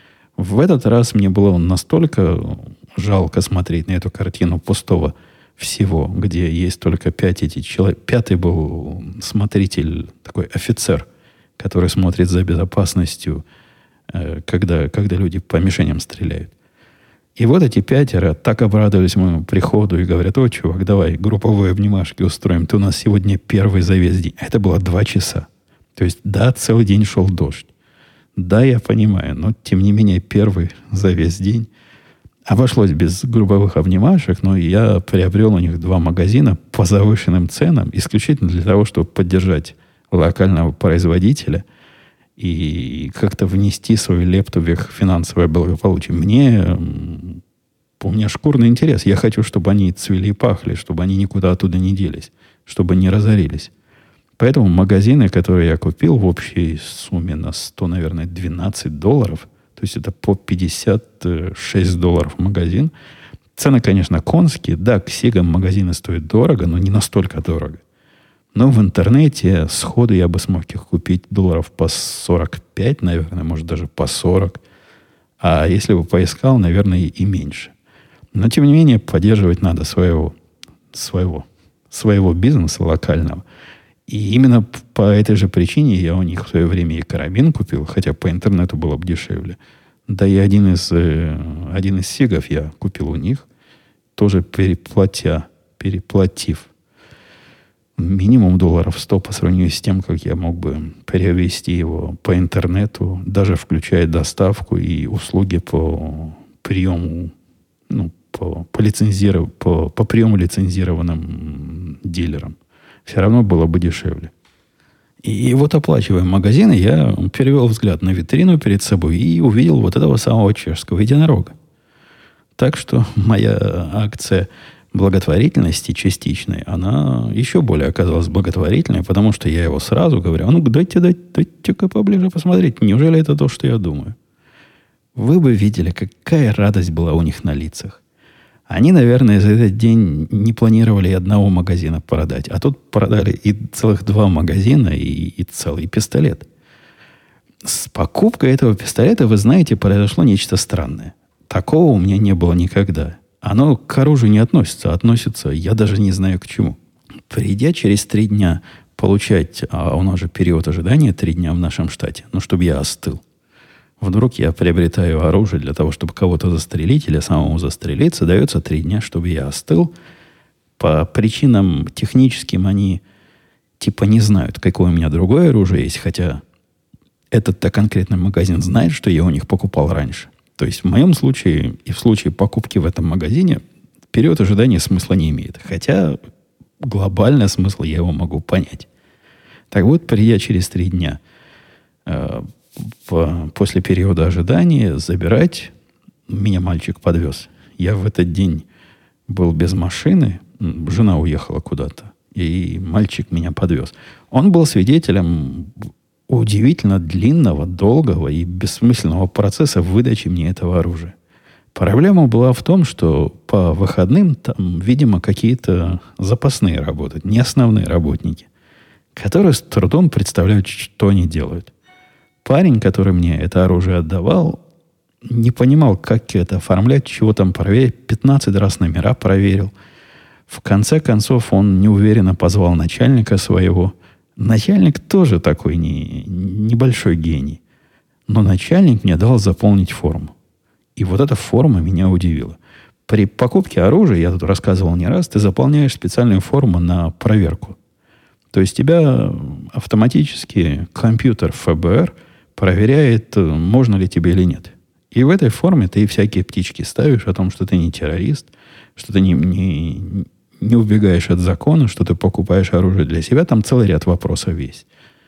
[SPEAKER 1] В этот раз мне было настолько жалко смотреть на эту картину пустого всего, где есть только 5 этих человек. 5-й был смотритель, такой офицер, который смотрит за безопасностью, когда люди по мишеням стреляют. И вот эти 5 так обрадовались моему приходу и говорят: о, чувак, давай групповые обнимашки устроим. Ты у нас сегодня первый за весь день. Это было 2 часа. То есть, да, целый день шел дождь. Да, я понимаю, но тем не менее первый за весь день. Обошлось без групповых обнимашек, но я приобрел у них 2 магазина по завышенным ценам, исключительно для того, чтобы поддержать локального производителя и как-то внести свою лепту в их финансовое благополучие. У меня шкурный интерес. Я хочу, чтобы они цвели и пахли, чтобы они никуда оттуда не делись, чтобы не разорились. Поэтому магазины, которые я купил в общей сумме на 100, наверное, $12, то есть это по $56 магазин. Цены, конечно, конские. Да, к Сигам магазины стоят дорого, но не настолько дорого. Но в интернете сходу я бы смог их купить $45, наверное, может даже по 40. А если бы поискал, наверное, и меньше. Но, тем не менее, поддерживать надо своего бизнеса локального. И именно по этой же причине я у них в свое время и карабин купил, хотя по интернету было бы дешевле. Да и один из сигов я купил у них, тоже переплатив минимум $100 по сравнению с тем, как я мог бы приобрести его по интернету, даже включая доставку и услуги по приему, по приему лицензированным дилерам. Все равно было бы дешевле. И вот, оплачивая магазины, я перевел взгляд на витрину перед собой и увидел вот этого самого чешского единорога. Так что моя акция благотворительности частичной, она еще более оказалась благотворительной, потому что я его сразу говорю, дайте-ка поближе посмотреть, неужели это то, что я думаю? Вы бы видели, какая радость была у них на лицах. Они, наверное, за этот день не планировали и одного магазина продать, а тут продали и целых 2 магазина, и целый пистолет. С покупкой этого пистолета, вы знаете, произошло нечто странное. Такого у меня не было никогда. Оно к оружию не относится, я даже не знаю к чему. Придя через 3 дня получать, а у нас же период ожидания 3 дня в нашем штате, чтобы я остыл. Вдруг я приобретаю оружие для того, чтобы кого-то застрелить или самому застрелиться, дается 3 дня, чтобы я остыл. По причинам техническим они типа не знают, какое у меня другое оружие есть, хотя этот-то конкретный магазин знает, что я у них покупал раньше. То есть в моем случае и в случае покупки в этом магазине период ожидания смысла не имеет. Хотя глобальный смысл я его могу понять. Так вот, придя через 3 дня после периода ожидания забирать, меня мальчик подвез. Я в этот день был без машины, жена уехала куда-то, и мальчик меня подвез. Он был свидетелем удивительно длинного, долгого и бессмысленного процесса выдачи мне этого оружия. Проблема была в том, что по выходным там, видимо, какие-то запасные работают, не основные работники, которые с трудом представляют, что они делают. Парень, который мне это оружие отдавал, не понимал, как это оформлять, чего там проверять. 15 раз номера проверил. В конце концов, он неуверенно позвал начальника своего. Начальник тоже такой небольшой гений. Но начальник мне дал заполнить форму. И вот эта форма меня удивила. При покупке оружия, я тут рассказывал не раз, ты заполняешь специальную форму на проверку. То есть тебя автоматически компьютер ФБР проверяет, можно ли тебе или нет. И в этой форме ты всякие птички ставишь о том, что ты не террорист, что ты не убегаешь от закона, что ты покупаешь оружие для себя. Там целый ряд вопросов есть.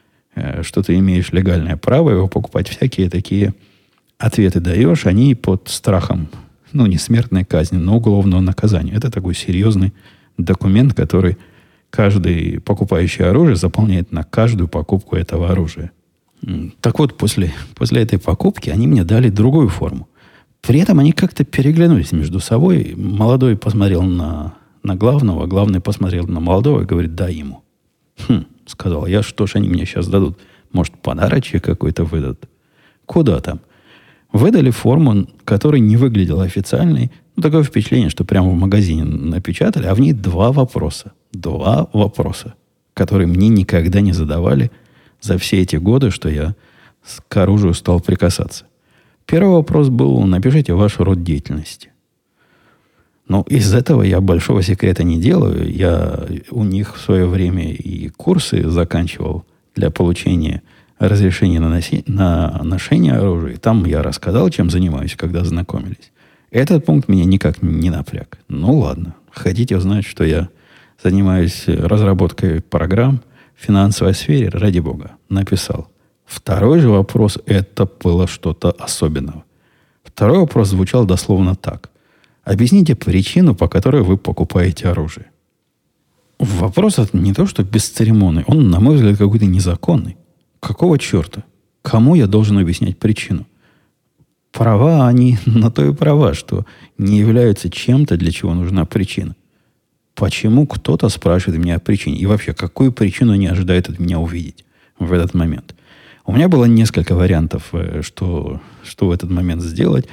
[SPEAKER 1] Что ты имеешь легальное право его покупать. Всякие такие ответы даешь. Они под страхом, не смертной казни, но уголовного наказания. Это такой серьезный документ, который каждый покупающий оружие заполняет на каждую покупку этого оружия. Так вот, после этой покупки они мне дали другую форму. При этом они как-то переглянулись между собой. Молодой посмотрел на главного, главный посмотрел на молодого и говорит, дай ему. Сказал я, что ж они мне сейчас дадут? Может, подарочек какой-то выдадут? Куда там? Выдали форму, которая не выглядела официальной. Такое впечатление, что прямо в магазине напечатали, а в ней 2 вопроса. 2 вопроса, которые мне никогда не задавали за все эти годы, что я к оружию стал прикасаться. Первый вопрос был, напишите ваш род деятельности. Из этого я большого секрета не делаю. Я у них в свое время и курсы заканчивал для получения разрешения на ношение оружия. Там я рассказал, чем занимаюсь, когда знакомились. Этот пункт меня никак не напряг. Ладно. Хотите узнать, что я занимаюсь разработкой программ в финансовой сфере? Ради бога. Написал. Второй же вопрос, это было что-то особенного. Второй вопрос звучал дословно так. Объясните причину, по которой вы покупаете оружие. Вопрос не то, что бесцеремонный. Он, на мой взгляд, какой-то незаконный. Какого черта? Кому я должен объяснять причину? Права они на то и права, что не являются чем-то, для чего нужна причина. Почему кто-то спрашивает меня о причине? И вообще, какую причину они ожидают от меня увидеть в этот момент? У меня было несколько вариантов, что в этот момент сделать.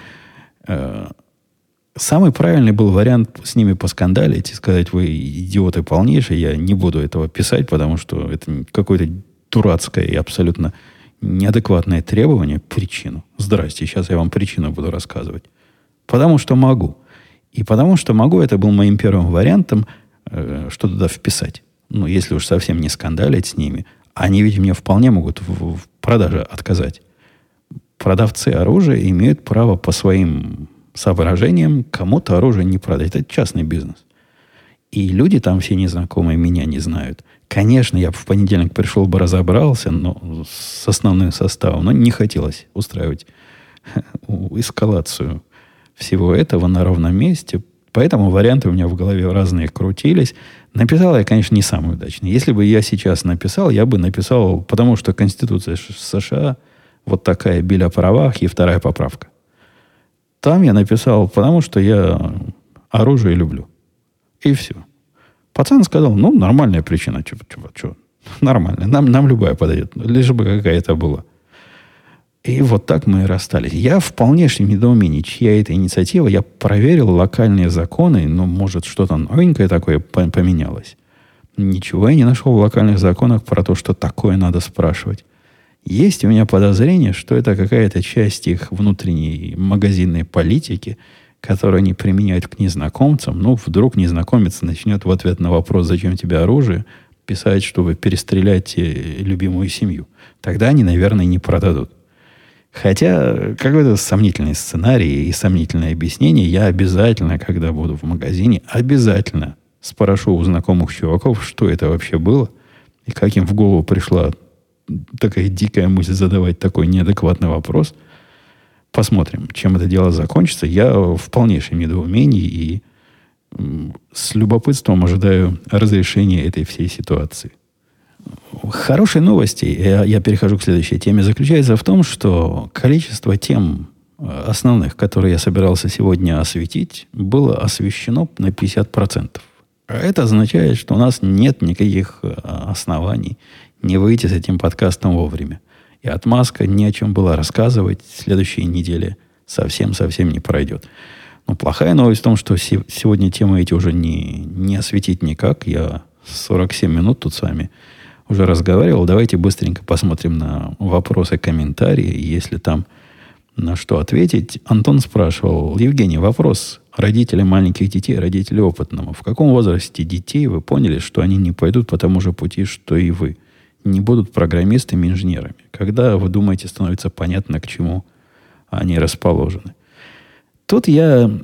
[SPEAKER 1] Самый правильный был вариант с ними поскандалить и сказать: вы идиоты полнейшие, я не буду этого писать, потому что это какое-то дурацкое и абсолютно неадекватное требование, причину. Здрасте, сейчас я вам причину буду рассказывать. Потому что могу. И потому что могу, это был моим первым вариантом, что туда вписать. Ну, если уж совсем не скандалить с ними, они ведь мне вполне могут в продаже отказать. Продавцы оружия имеют право по своим соображениям кому-то оружие не продать. Это частный бизнес. И люди там все незнакомые, меня не знают. Конечно, я бы в понедельник пришел бы, разобрался, но с основным составом. Но не хотелось устраивать эскалацию всего этого на ровном месте. Поэтому варианты у меня в голове разные крутились. Написал я, конечно, не самый удачный. Если бы я сейчас написал, я бы написал, потому что Конституция США вот такая, биль о правах и вторая поправка. Там я написал, потому что я оружие люблю. И все. Пацан сказал: ну, нормальная причина. Чего? Нормально. Нам любая подойдет. Лишь бы какая-то была. И вот так мы и расстались. Я в полнейшем недоумении, чья это инициатива. Я проверил локальные законы. Ну, может, что-то новенькое такое поменялось. Ничего я не нашел в локальных законах про то, что такое надо спрашивать. Есть у меня подозрение, что это какая-то часть их внутренней магазинной политики, которую они применяют к незнакомцам. Ну, вдруг незнакомец начнет в ответ на вопрос: зачем тебе оружие, писать, чтобы перестрелять любимую семью. Тогда они, наверное, не продадут. Хотя какой-то сомнительный сценарий и сомнительное объяснение. Я обязательно, когда буду в магазине, обязательно спрошу у знакомых чуваков, что это вообще было, и как им в голову пришла такая дикая мысль задавать такой неадекватный вопрос. Посмотрим, чем это дело закончится. Я в полнейшем недоумении и с любопытством ожидаю разрешения этой всей ситуации. Хорошие новости, я перехожу к следующей теме, заключается в том, что количество тем основных, которые я собирался сегодня осветить, было освещено на 50%. А это означает, что у нас нет никаких оснований не выйти с этим подкастом вовремя. И отмазка ни о чем было рассказывать в следующей неделе совсем-совсем не пройдет. Но плохая новость в том, что сегодня темы эти уже не осветить никак. Я 47 минут тут с вами уже разговаривал. Давайте быстренько посмотрим на вопросы, комментарии, если там на что ответить. Антон спрашивал: Евгений, вопрос родителям маленьких детей, родителей опытному. В каком возрасте детей вы поняли, что они не пойдут по тому же пути, что и вы? Не будут программистами, инженерами? Когда, вы думаете, становится понятно, к чему они расположены? Тут у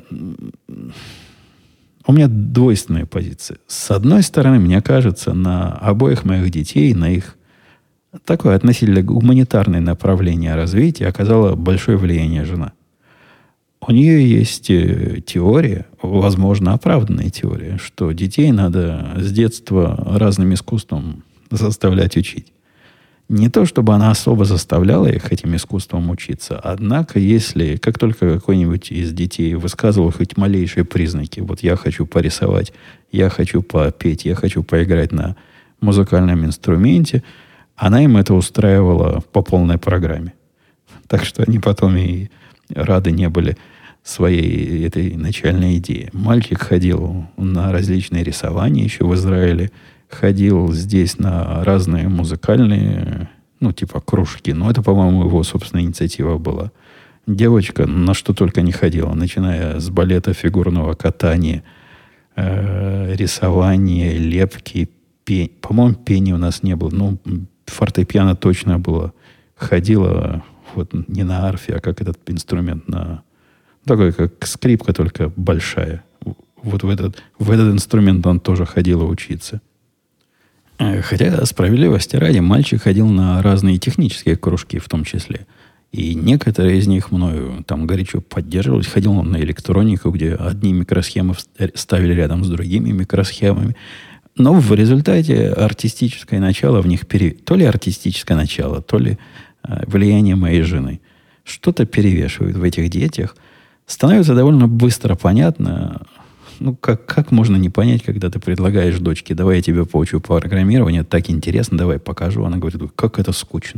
[SPEAKER 1] меня двойственная позиция. С одной стороны, мне кажется, на обоих моих детей, на их такое относительно гуманитарное направление развития оказала большое влияние жена. У нее есть теория, возможно, оправданная теория, что детей надо с детства разным искусством заставлять учить. Не то, чтобы она особо заставляла их этим искусством учиться, однако, если как только какой-нибудь из детей высказывал хоть малейшие признаки: вот я хочу порисовать, я хочу попеть, я хочу поиграть на музыкальном инструменте, она им это устраивала по полной программе. Так что они потом и рады не были своей этой начальной идее. Мальчик ходил на различные рисования еще в Израиле, ходил здесь на разные музыкальные, типа кружки. Но это, по-моему, его собственная инициатива была. Девочка на что только не ходила, начиная с балета, фигурного катания, рисования, лепки, по-моему, пения у нас не было. Фортепиано точно было. Ходила вот не на арфе, а как этот инструмент, такой, как скрипка, только большая. Вот в этот инструмент он тоже ходил учиться. Хотя, справедливости ради, мальчик ходил на разные технические кружки в том числе. И некоторые из них мною там горячо поддерживались. Ходил он на электронику, где одни микросхемы ставили рядом с другими микросхемами. Но в результате артистическое начало в них то ли артистическое начало, то ли влияние моей жены что-то перевешивает в этих детях. Становится довольно быстро понятно. Как можно не понять, когда ты предлагаешь дочке: давай я тебя поучу по программированию, так интересно, давай покажу. Она говорит: как это скучно.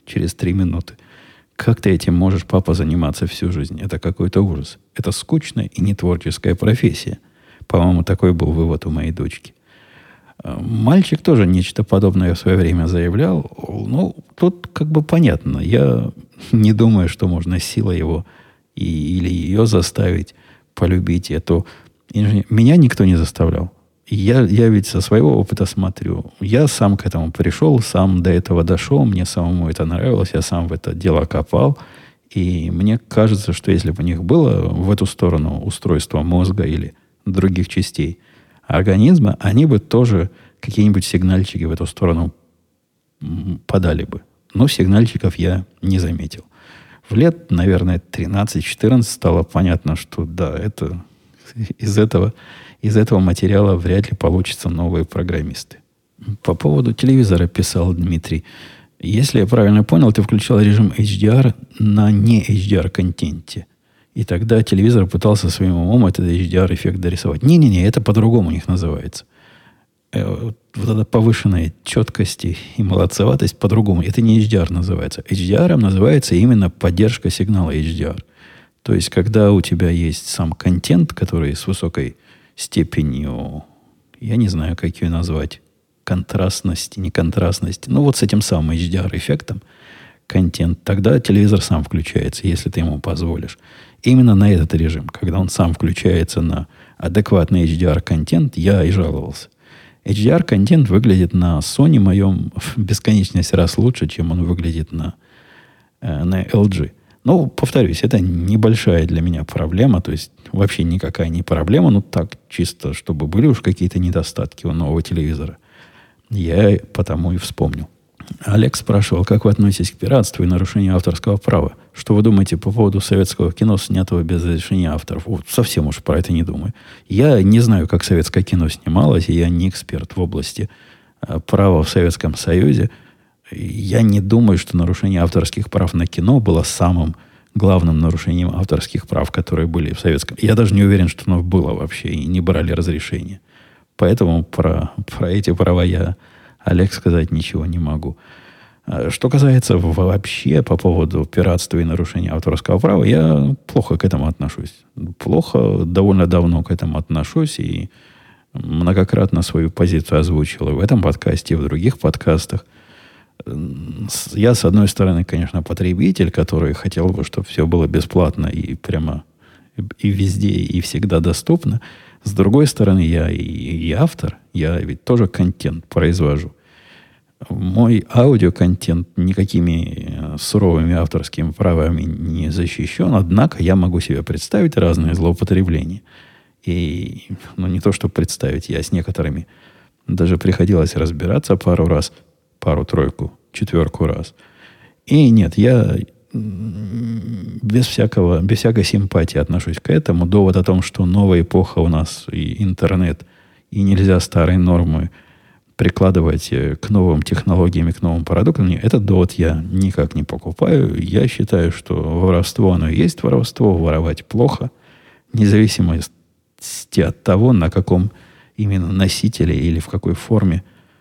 [SPEAKER 1] через 3 минуты. Как ты этим можешь, папа, заниматься всю жизнь? Это какой-то ужас. Это скучная и не творческая профессия. По-моему, такой был вывод у моей дочки. Мальчик тоже нечто подобное в свое время заявлял. Ну, тут как бы понятно. Я не думаю, что можно силой его или ее заставить полюбить эту инженерию. Меня никто не заставлял. Я ведь со своего опыта смотрю. Я сам к этому пришел, сам до этого дошел, мне самому это нравилось, я сам в это дело копал. И мне кажется, что если бы у них было в эту сторону устройство мозга или других частей организма, они бы тоже какие-нибудь сигнальчики в эту сторону подали бы. Но сигнальчиков я не заметил. В лет, наверное, 13-14 стало понятно, что да, это из этого материала вряд ли получатся новые программисты. По поводу телевизора писал Дмитрий. Если я правильно понял, ты включал режим HDR на не HDR контенте. И тогда телевизор пытался своим умом этот HDR-эффект дорисовать. Не-не-не, это по-другому у них называется. Вот эта повышенная четкость и молодцеватость по-другому. Это не HDR называется. HDR называется именно поддержка сигнала HDR. То есть, когда у тебя есть сам контент, который с высокой степенью, я не знаю, как ее назвать, контрастности, неконтрастности, ну вот с этим самым HDR-эффектом контент, тогда телевизор сам включается, если ты ему позволишь. Именно на этот режим, когда он сам включается на адекватный HDR-контент, я и жаловался. HDR-контент выглядит на Sony моем в бесконечность раз лучше, чем он выглядит на LG. Ну, повторюсь, это небольшая для меня проблема, то есть вообще никакая не проблема, но так чисто, чтобы были уж какие-то недостатки у нового телевизора. Я потому и вспомнил. Олег спрашивал, как вы относитесь к пиратству и нарушению авторского права? Что вы думаете по поводу советского кино, снятого без разрешения авторов? Вот, совсем уж про это не думаю. Я не знаю, как советское кино снималось, и я не эксперт в области права в Советском Союзе. Я не думаю, что нарушение авторских прав на кино было самым главным нарушением авторских прав, которые были в Советском. Я даже не уверен, что оно было вообще, и не брали разрешения. Поэтому про эти права я, Олег, сказать ничего не могу. Что касается вообще по поводу пиратства и нарушения авторского права, я плохо к этому отношусь. Плохо, довольно давно к этому отношусь и многократно свою позицию озвучил и в этом подкасте, и в других подкастах. Я, с одной стороны, конечно, потребитель, который хотел бы, чтобы все было бесплатно и прямо и везде, и всегда доступно. С другой стороны, я и автор, я ведь тоже контент произвожу. Мой аудиоконтент никакими суровыми авторскими правами не защищен, однако я могу себе представить разные злоупотребления. И, ну, не то, что представить, я с некоторыми даже приходилось разбираться пару-тройку, 4 раз. И нет, я без всякой симпатии отношусь к этому. Довод о том, что новая эпоха у нас и интернет, и нельзя старые нормы прикладывать к новым технологиям и к новым парадоксам, этот довод я никак не покупаю. Я считаю, что воровство, оно и есть воровство, воровать плохо, независимо от того, на каком именно носителе или в какой форме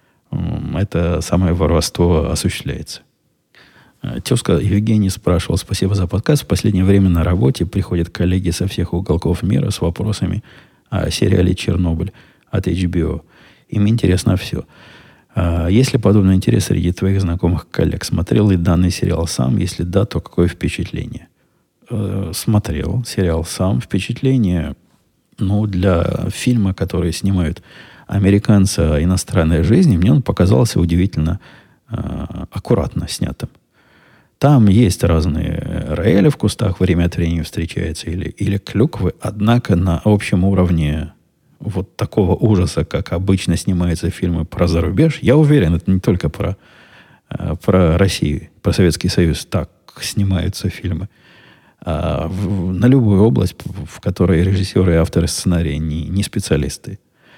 [SPEAKER 1] это самое воровство осуществляется. Тезка Евгений спрашивал, спасибо за подкаст. В последнее время на работе приходят коллеги со всех уголков мира с вопросами о сериале «Чернобыль» от HBO. Им интересно все. Есть ли подобный интерес среди твоих знакомых коллег? Смотрел ли данный сериал сам? Если да, то какое впечатление? Смотрел сериал сам. Впечатление, ну, для фильма, который снимают американцы о иностранной жизни, мне он показался удивительно аккуратно снятым. Там есть разные рояли в кустах, время от времени встречаются, или клюквы, однако на общем уровне вот такого ужаса, как обычно снимаются фильмы про зарубеж, я уверен, это не только про Россию, про Советский Союз так снимаются фильмы, а на любую область, в которой режиссеры и авторы сценария не специалисты.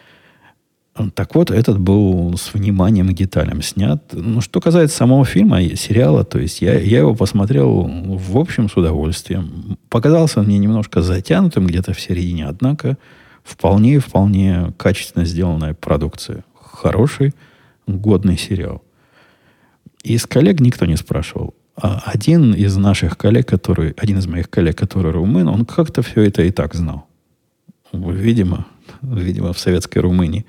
[SPEAKER 1] Так вот, этот был с вниманием к деталям снят. Ну, что касается самого фильма, сериала, то есть я его посмотрел в общем с удовольствием. Показался он мне немножко затянутым где-то в середине, однако вполне качественно сделанная продукция. Хороший, годный сериал. Из коллег никто не спрашивал. А один из моих коллег, который румын, он как-то все это и так знал. Видимо, в советской Румынии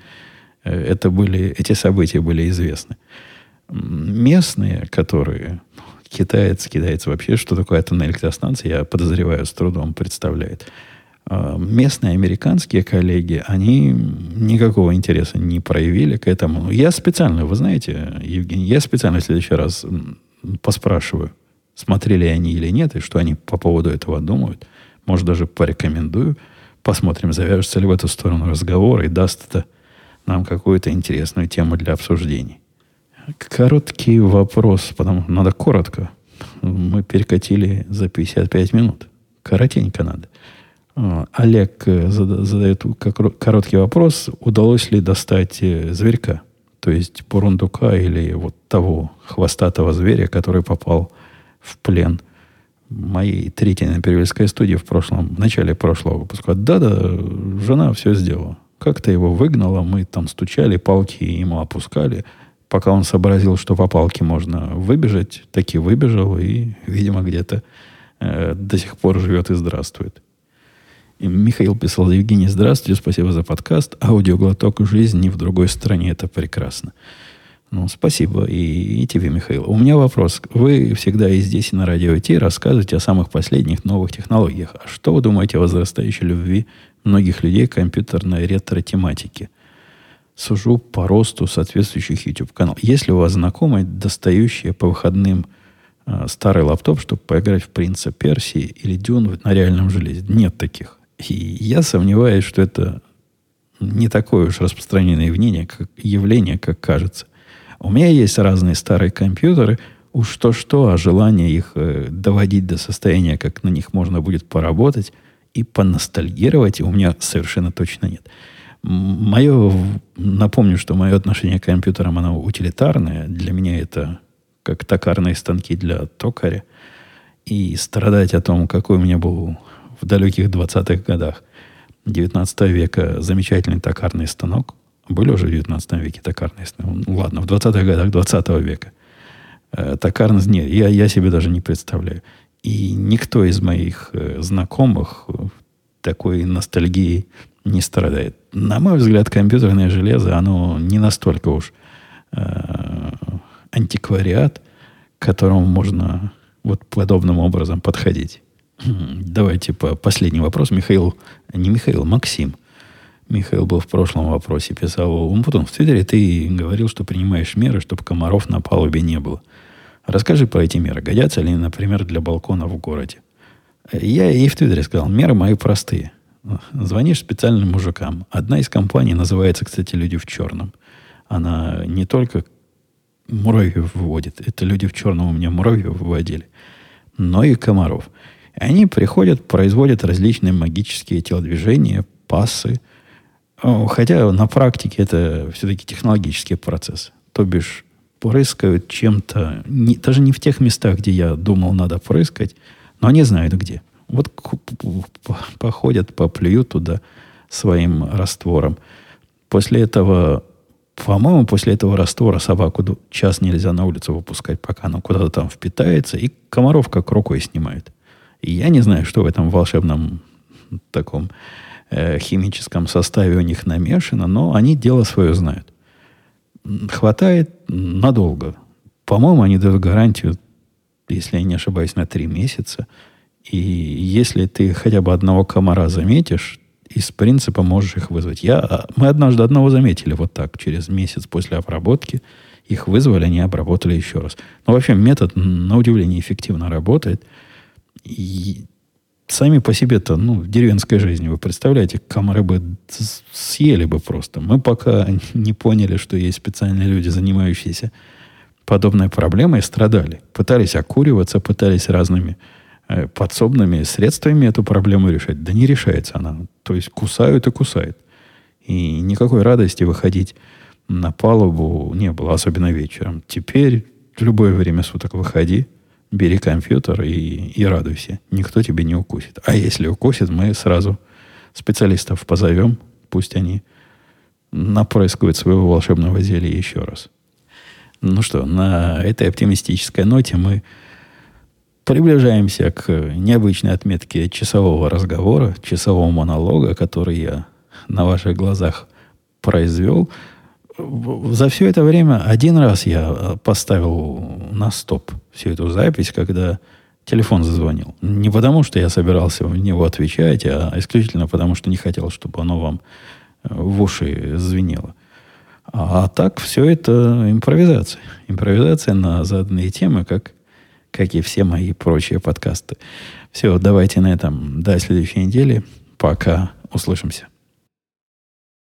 [SPEAKER 1] эти события были известны. Местные, которые... Китаец вообще, что такое атомная электростанция, я подозреваю, с трудом представляет. Местные американские коллеги, они никакого интереса не проявили к этому. Я специально, вы знаете, Евгений, в следующий раз поспрашиваю, смотрели они или нет, и что они по поводу этого думают. Может, даже порекомендую. Посмотрим, завяжется ли в эту сторону разговор и даст это нам какую-то интересную тему для обсуждений. Короткий вопрос, потому что надо коротко. Мы перекатили за 55 минут. Коротенько надо. Олег задает короткий вопрос. Удалось ли достать зверька? То есть бурундука или вот того хвостатого зверя, который попал в плен моей третьей империальской студии в начале прошлого выпуска. Да, жена все сделала. Как-то его выгнала, мы там стучали, палки ему опускали. Пока он сообразил, что по палке можно выбежать, таки выбежал и, видимо, где-то до сих пор живет и здравствует. И Михаил писал: Евгений, здравствуйте, спасибо за подкаст. Аудиоглоток «Жизнь не в другой стране» — это прекрасно. Ну, спасибо и тебе, Михаил. У меня вопрос. Вы всегда и здесь, и на радио Ти рассказываете о самых последних новых технологиях. А что вы думаете о возрастающей любви многих людей к компьютерной ретро-тематике? Сужу по росту соответствующих YouTube-каналов. Есть ли у вас знакомые, достающие по выходным старый лаптоп, чтобы поиграть в «Принца Персии» или «Дюн» на реальном железе? Нет таких. И я сомневаюсь, что это не такое уж распространенное явление, как кажется. У меня есть разные старые компьютеры. Уж что-что, а желание их доводить до состояния, как на них можно будет поработать и поностальгировать, у меня совершенно точно нет. Напомню, что мое отношение к компьютерам, оно утилитарное. Для меня это как токарные станки для токаря. И страдать о том, какой у меня был в далеких 20-х годах 19 века замечательный токарный станок. Были уже в 19 веке токарные станки. Ладно, в 20-х годах 20 века. Токарный... Нет, я себе даже не представляю. И никто из моих знакомых такой ностальгии не страдает. На мой взгляд, компьютерное железо, оно не настолько уж антиквариат, к которому можно вот подобным образом подходить. Давайте последний вопрос. Максим. Михаил был в прошлом вопросе, писал: Умпутун, в Твиттере ты говорил, что принимаешь меры, чтобы комаров на палубе не было. Расскажи про эти меры. Годятся ли, например, для балкона в городе? Я и в Твиттере сказал, меры мои простые. Звонишь специальным мужикам. Одна из компаний называется, кстати, «Люди в черном». Она не только муравьев выводит. Это «Люди в черном» у меня муравьев выводили. Но и комаров. И они приходят, производят различные магические телодвижения, пассы. Хотя на практике это все-таки технологический процесс. То бишь прыскают чем-то, даже не в тех местах, где я думал, надо прыскать, но они знают где. Вот походят, поплюют туда своим раствором. После этого, по-моему, после этого раствора собаку час нельзя на улицу выпускать, пока она куда-то там впитается, и комаров как рукой снимает. И я не знаю, что в этом волшебном таком химическом составе у них намешано, но они дело свое знают. Хватает надолго. По-моему, они дают гарантию, если я не ошибаюсь, на 3 месяца. И если ты хотя бы одного комара заметишь, из принципа можешь их вызвать. Мы однажды одного заметили вот так, через месяц после обработки. Их вызвали, они обработали еще раз. Но вообще метод, на удивление, эффективно работает. И сами по себе-то, в деревенской жизни, вы представляете, комары бы съели бы просто. Мы пока не поняли, что есть специальные люди, занимающиеся подобной проблемой, страдали. Пытались окуриваться, пытались разными подсобными средствами эту проблему решать. Да не решается она. То есть кусают и кусают. И никакой радости выходить на палубу не было, особенно вечером. Теперь в любое время суток выходи, бери компьютер и радуйся. Никто тебя не укусит. А если укусит, мы сразу специалистов позовем. Пусть они напрыскивают своего волшебного зелья еще раз. Ну что, на этой оптимистической ноте мы приближаемся к необычной отметке часового разговора, часового монолога, который я на ваших глазах произвел. За все это время один раз я поставил на стоп всю эту запись, когда телефон зазвонил. Не потому, что я собирался в него отвечать, а исключительно потому, что не хотел, чтобы оно вам в уши звенело. А так все это импровизация. Импровизация на заданные темы, как и все мои прочие подкасты. Все, давайте на этом. До следующей недели. Пока. Услышимся.